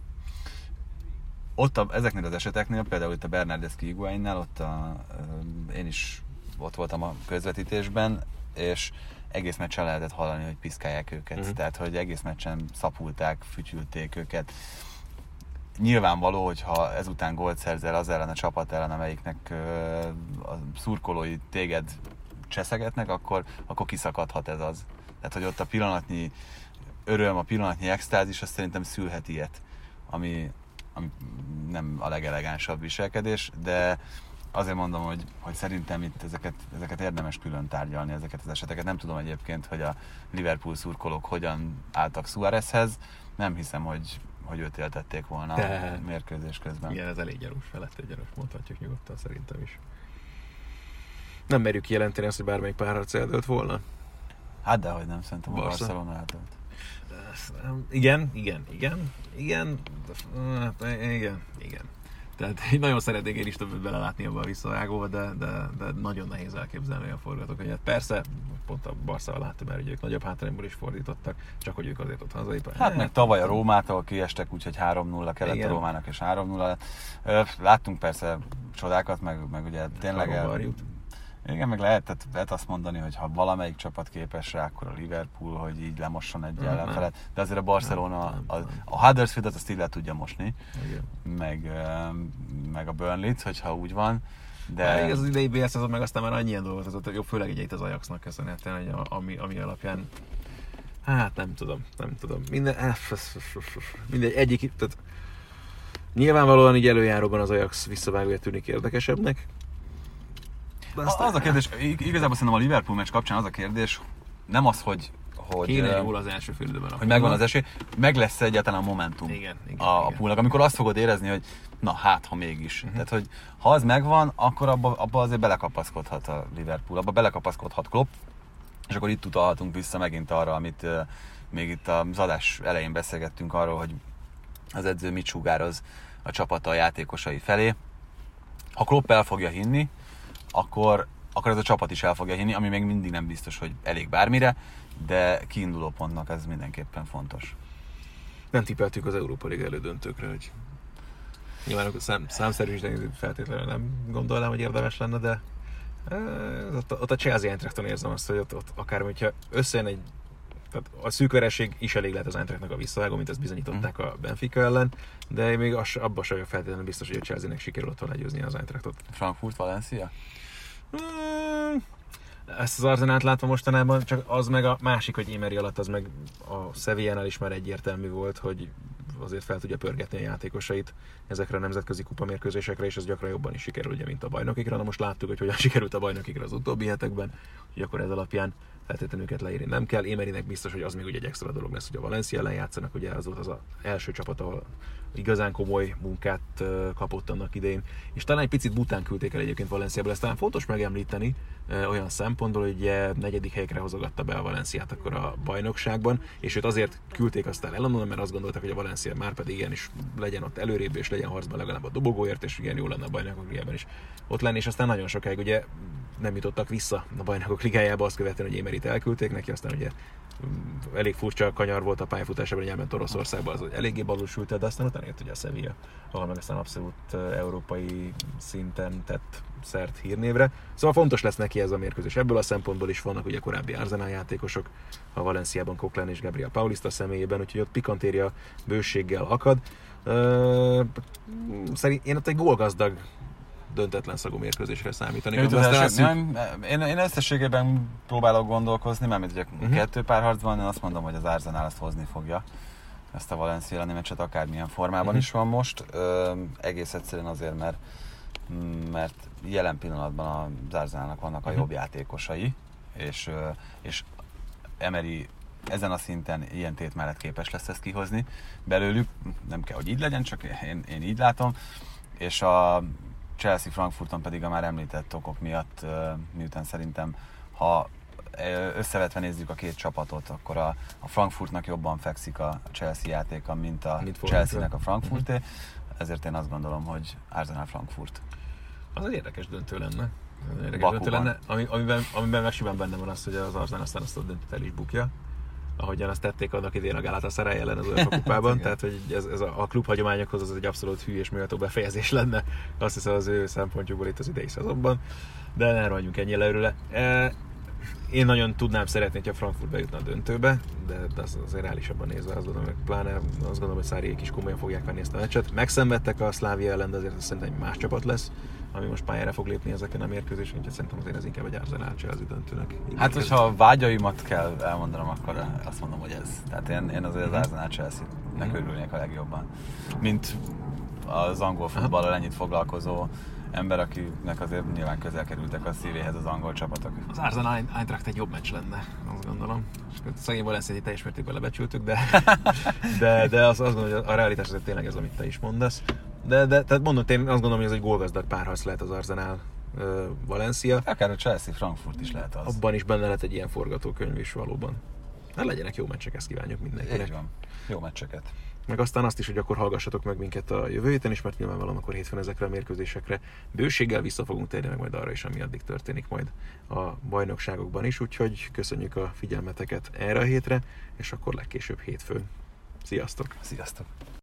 ott a, ezeknél az eseteknél, például itt a Bernardeschi Higuainnál, ott a, uh, én is ott voltam a közvetítésben, és egész meccsen lehetett hallani, hogy piszkálják őket, uh-huh. tehát hogy egész meccsen szapulták, fütyülték őket. Nyilvánvaló, hogyha ezután gólt szerzel az ellen a csapat ellen, amelyiknek uh, a szurkolói téged cseszegetnek, akkor, akkor kiszakadhat ez az. Tehát, hogy ott a pillanatnyi öröm, a pillanatnyi extázis, azt szerintem szülhet ilyet, ami, ami nem a legelegánsabb viselkedés, de azért mondom, hogy, hogy szerintem itt ezeket, ezeket érdemes külön tárgyalni, ezeket az eseteket. Nem tudom egyébként, hogy a Liverpool szurkolók hogyan álltak Suárezhez. Nem hiszem, hogy, hogy őt éltették volna de... a mérkőzés közben. Igen, ez elég gyarús, felett egy gyarús, mondhatjuk nyugodtan szerintem is. Nem merjük kijelenteni azt, hogy bármelyik párharc eldőlt volna. Hát dehogy nem, szerintem a Barcelona eldőlt. Igen, igen, igen, igen, igen, igen. Tehát nagyon szeretnék én is többet belelátni abba a visszavágóba, de, de, de nagyon nehéz elképzelni a forgatókönyvet. Persze, pont a Barca láttam, mert ugye ők nagyobb hátrányból is fordítottak, csak hogy ők azért ott hazai. Hát meg tavaly a Rómától kiestek, úgyhogy három nulla kellett igen. a Rómának, és három nulla lett. Láttunk persze csodákat, meg, meg ugye tényleg... El... Igen, meg lehet, tehát lehet azt mondani, hogy ha valamelyik csapat képes rá, akkor a Liverpool, hogy így lemosson egy ellenfelet, de azért a Barcelona, nem, nem, nem. a, a Huddersfieldet azt így le tudja mosni, meg, meg a Burnley-t, hogyha úgy van. De hát, az idei bé es szezon meg aztán már annyi ilyen dolgot hozott, jobb főleg egy az Ajaxnak köszönhetően, hogy ami, ami alapján, hát nem tudom, nem tudom, minden, mindegy, egyik, tehát nyilvánvalóan így előjáróban az Ajax visszavágója tűnik érdekesebbnek. Az a kérdés, igazából szerintem a Liverpool meccs kapcsán az a kérdés, nem az, hogy hogy, kéne jól az első félidőben. Hogy megvan az esély, meg lesz egyáltalán a momentum igen, igen, a, a poolnak, amikor azt fogod érezni, hogy na hát, ha mégis. Uh-huh. Tehát, hogy ha az megvan, akkor abba, abba azért belekapaszkodhat a Liverpool, abba belekapaszkodhat Klopp, és akkor itt utalhatunk vissza megint arra, amit uh, még itt az adás elején beszélgettünk arról, hogy az edző mit sugároz a csapata a játékosai felé. Ha Klopp el fogja hinni, akkor, akkor ez a csapat is el fogja hinni, ami még mindig nem biztos, hogy elég bármire, de kiinduló pontnak ez mindenképpen fontos. Nem tippeltük az Európa Liga elődöntőkre, hogy nyilván szám, számszerűen feltétlenül nem gondolnám, hogy érdemes lenne, de ott, ott a Chelsea Eintrachton érzem azt, hogy ott, ott akár, hogyha összejön egy, tehát a szűk vereség is elég lehet az Eintrachtnak a visszavágó, mint ezt bizonyították a Benfica ellen, de még az, abban sem vagyok feltétlenül biztos, hogy a Chelsea-nek sikerül otthon legyőzni az Eintrachtot. Frankfurt, Valencia? Hmm, ezt az Arzenát látva mostanában, csak az meg a másik, hogy Emery alatt az meg a Sevillánál is már egyértelmű volt, hogy azért fel tudja pörgetni a játékosait ezekre a nemzetközi kupamérkőzésekre, és ez gyakran jobban is sikerül, ugye, mint a bajnokikra. Na most láttuk, hogy hogyan sikerült a bajnokikra az utóbbi hetekben, hogy akkor ez alapján feltétlenül őket leírni nem kell. Emerynek biztos, hogy az még ugye egy extra dolog lesz, hogy a Valencia ellen játszanak, ugye az volt az a első csapat, ahol igazán komoly munkát kapott annak idején, és talán egy picit bután küldték el egyébként Valenciából, ezt talán fontos megemlíteni olyan szempontból, hogy ugye negyedik helyekre hozogatta be a Valenciát akkor a bajnokságban, és őt azért küldték aztán el, mert azt gondoltak, hogy a Valencia már pedig igenis legyen ott előrébb, és legyen harcban legalább a dobogóért, és igen, jó lenne a bajnokok ligában is ott lenni, és aztán nagyon sokáig ugye nem jutottak vissza a bajnokok ligájába, azt követően, hogy Emeryt elküldték neki, aztán ugye elég furcsa kanyar volt a pályafutásában, hogy elment Oroszországba, az eléggé balul, de aztán utána jött ugye a Sevilla, ahol meg aztán abszolút európai szinten tett szert hírnévre. Szóval fontos lesz neki ez a mérkőzés. Ebből a szempontból is vannak ugye korábbi Arsenal játékosok, a Valenciában Coquelin és Gabriel Paulista személyében, úgyhogy ott pikantéria bőséggel akad. Uh, szerint én ott egy gólgazdag döntetlen szagú mérkőzésre számítani. Én, nem, én, én összességében próbálok gondolkozni, mert ugye uh-huh. kettő párharcban, én azt mondom, hogy az Arsenal azt hozni fogja, ezt a Valencia elleni meccset, akármilyen formában uh-huh. is van most. Ö, egész egyszerűen azért, mert, mert jelen pillanatban az Arsenalnak vannak a uh-huh. jobb játékosai, és, és Emery ezen a szinten ilyen tét mellett képes lesz ezt kihozni belőlük. Nem kell, hogy így legyen, csak én, én így látom. És a Chelsea Frankfurton pedig a már említett okok miatt, miután szerintem, ha összevetve nézzük a két csapatot, akkor a, a Frankfurtnak jobban fekszik a Chelsea játéka, mint a mint Chelsea-nek a Frankfurté. Uh-huh. Ezért én azt gondolom, hogy Arsenal Frankfurt. Az egy érdekes döntő lenne. Az érdekes döntő lenne, ami, amiben, amiben mesében benne van az, hogy az Arsenal aztán azt a döntőt el is bukja, ahogyan azt tették annak idén a Galatasaray ellen az UEFA kupában, tehát hogy ez, ez a, a klub hagyományokhoz az egy abszolút hű és méltó befejezés lenne, azt hiszem az ő szempontjukból itt az idei szezonban, de ne ragadjunk ennyire előle. E, én nagyon tudnám szeretni, hogy a Frankfurt bejutna a döntőbe, de, de az, azért reálisabban nézve azt gondolom, hogy pláne azt gondolom, hogy Sarriék is komolyan fogják venni ezt a meccset. Megszenvedtek a Slavia ellen, de azért azt szerintem más csapat lesz, ami most pályára fog lépni ezeken a mérkőzésen, úgyhogy szerintem azért ez inkább egy Arsenal Chelsea döntőnek. Hát, hogyha a vágyaimat kell elmondanom, akkor azt mondom, hogy ez. Tehát én, én azért az Arsenal Chelsea-nek örülnék a legjobban. Mint az angol futballal ennyit foglalkozó ember, akinek azért nyilván közel kerültek a szívéhez az angol csapatok. Az Arsenal Eintracht egy jobb meccs lenne, azt gondolom. Szegény Valenciát teljes mértékben lebecsültük, de, de, de azt, azt gondolom, hogy a realitás azért tényleg ez, amit te is mondasz. De, de tehát mondom, én azt gondolom, hogy ez egy gólgazdag párharc lehet az Arsenal uh, Valencia. Akár a Chelsea Frankfurt is lehet az. Abban is benne lehet egy ilyen forgatókönyv is valóban. Hát legyenek jó meccsek, ezt kívánjuk mindenkinek. Így van. Jó meccseket. Meg aztán azt is, hogy akkor hallgassatok meg minket a jövő héten is, mert nyilvánvalóan akkor hétfőn ezekre a mérkőzésekre bőséggel vissza fogunk térni, meg majd arra is, ami addig történik majd a bajnokságokban is, úgyhogy köszönjük a figyelmeteket erre a hétre, és akkor legkésőbb hétfőn. Sziasztok! Sziasztok!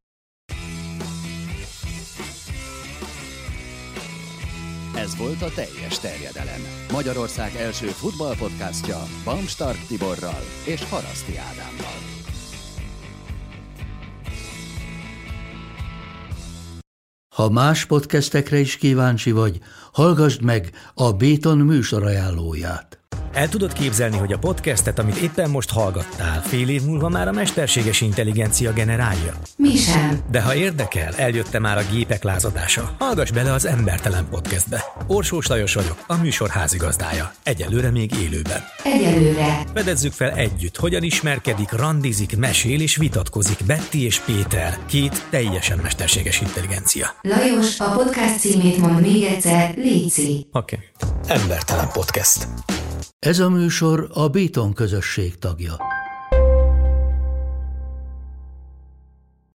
Ez volt a Teljes Terjedelem. Magyarország első futballpodcastja Bamstark Tiborral és Haraszti Ádámmal. Ha más podcastekre is kíváncsi vagy, hallgassd meg a Béton műsor ajánlóját. El tudod képzelni, hogy a podcastet, amit éppen most hallgattál, fél év múlva már a mesterséges intelligencia generálja? Mi sem. De ha érdekel, eljött már a gépek lázadása. Hallgass bele az Embertelen Podcastbe. Orsós Lajos vagyok, a műsor házigazdája. Egyelőre még élőben. Egyelőre. Fedezzük fel együtt, hogyan ismerkedik, randizik, mesél és vitatkozik Betty és Péter, két teljesen mesterséges intelligencia. Lajos, a podcast címét mond még egyszer, léci. Oké. Okay. Embertelen Podcast. Ez a műsor a Béton közösség tagja.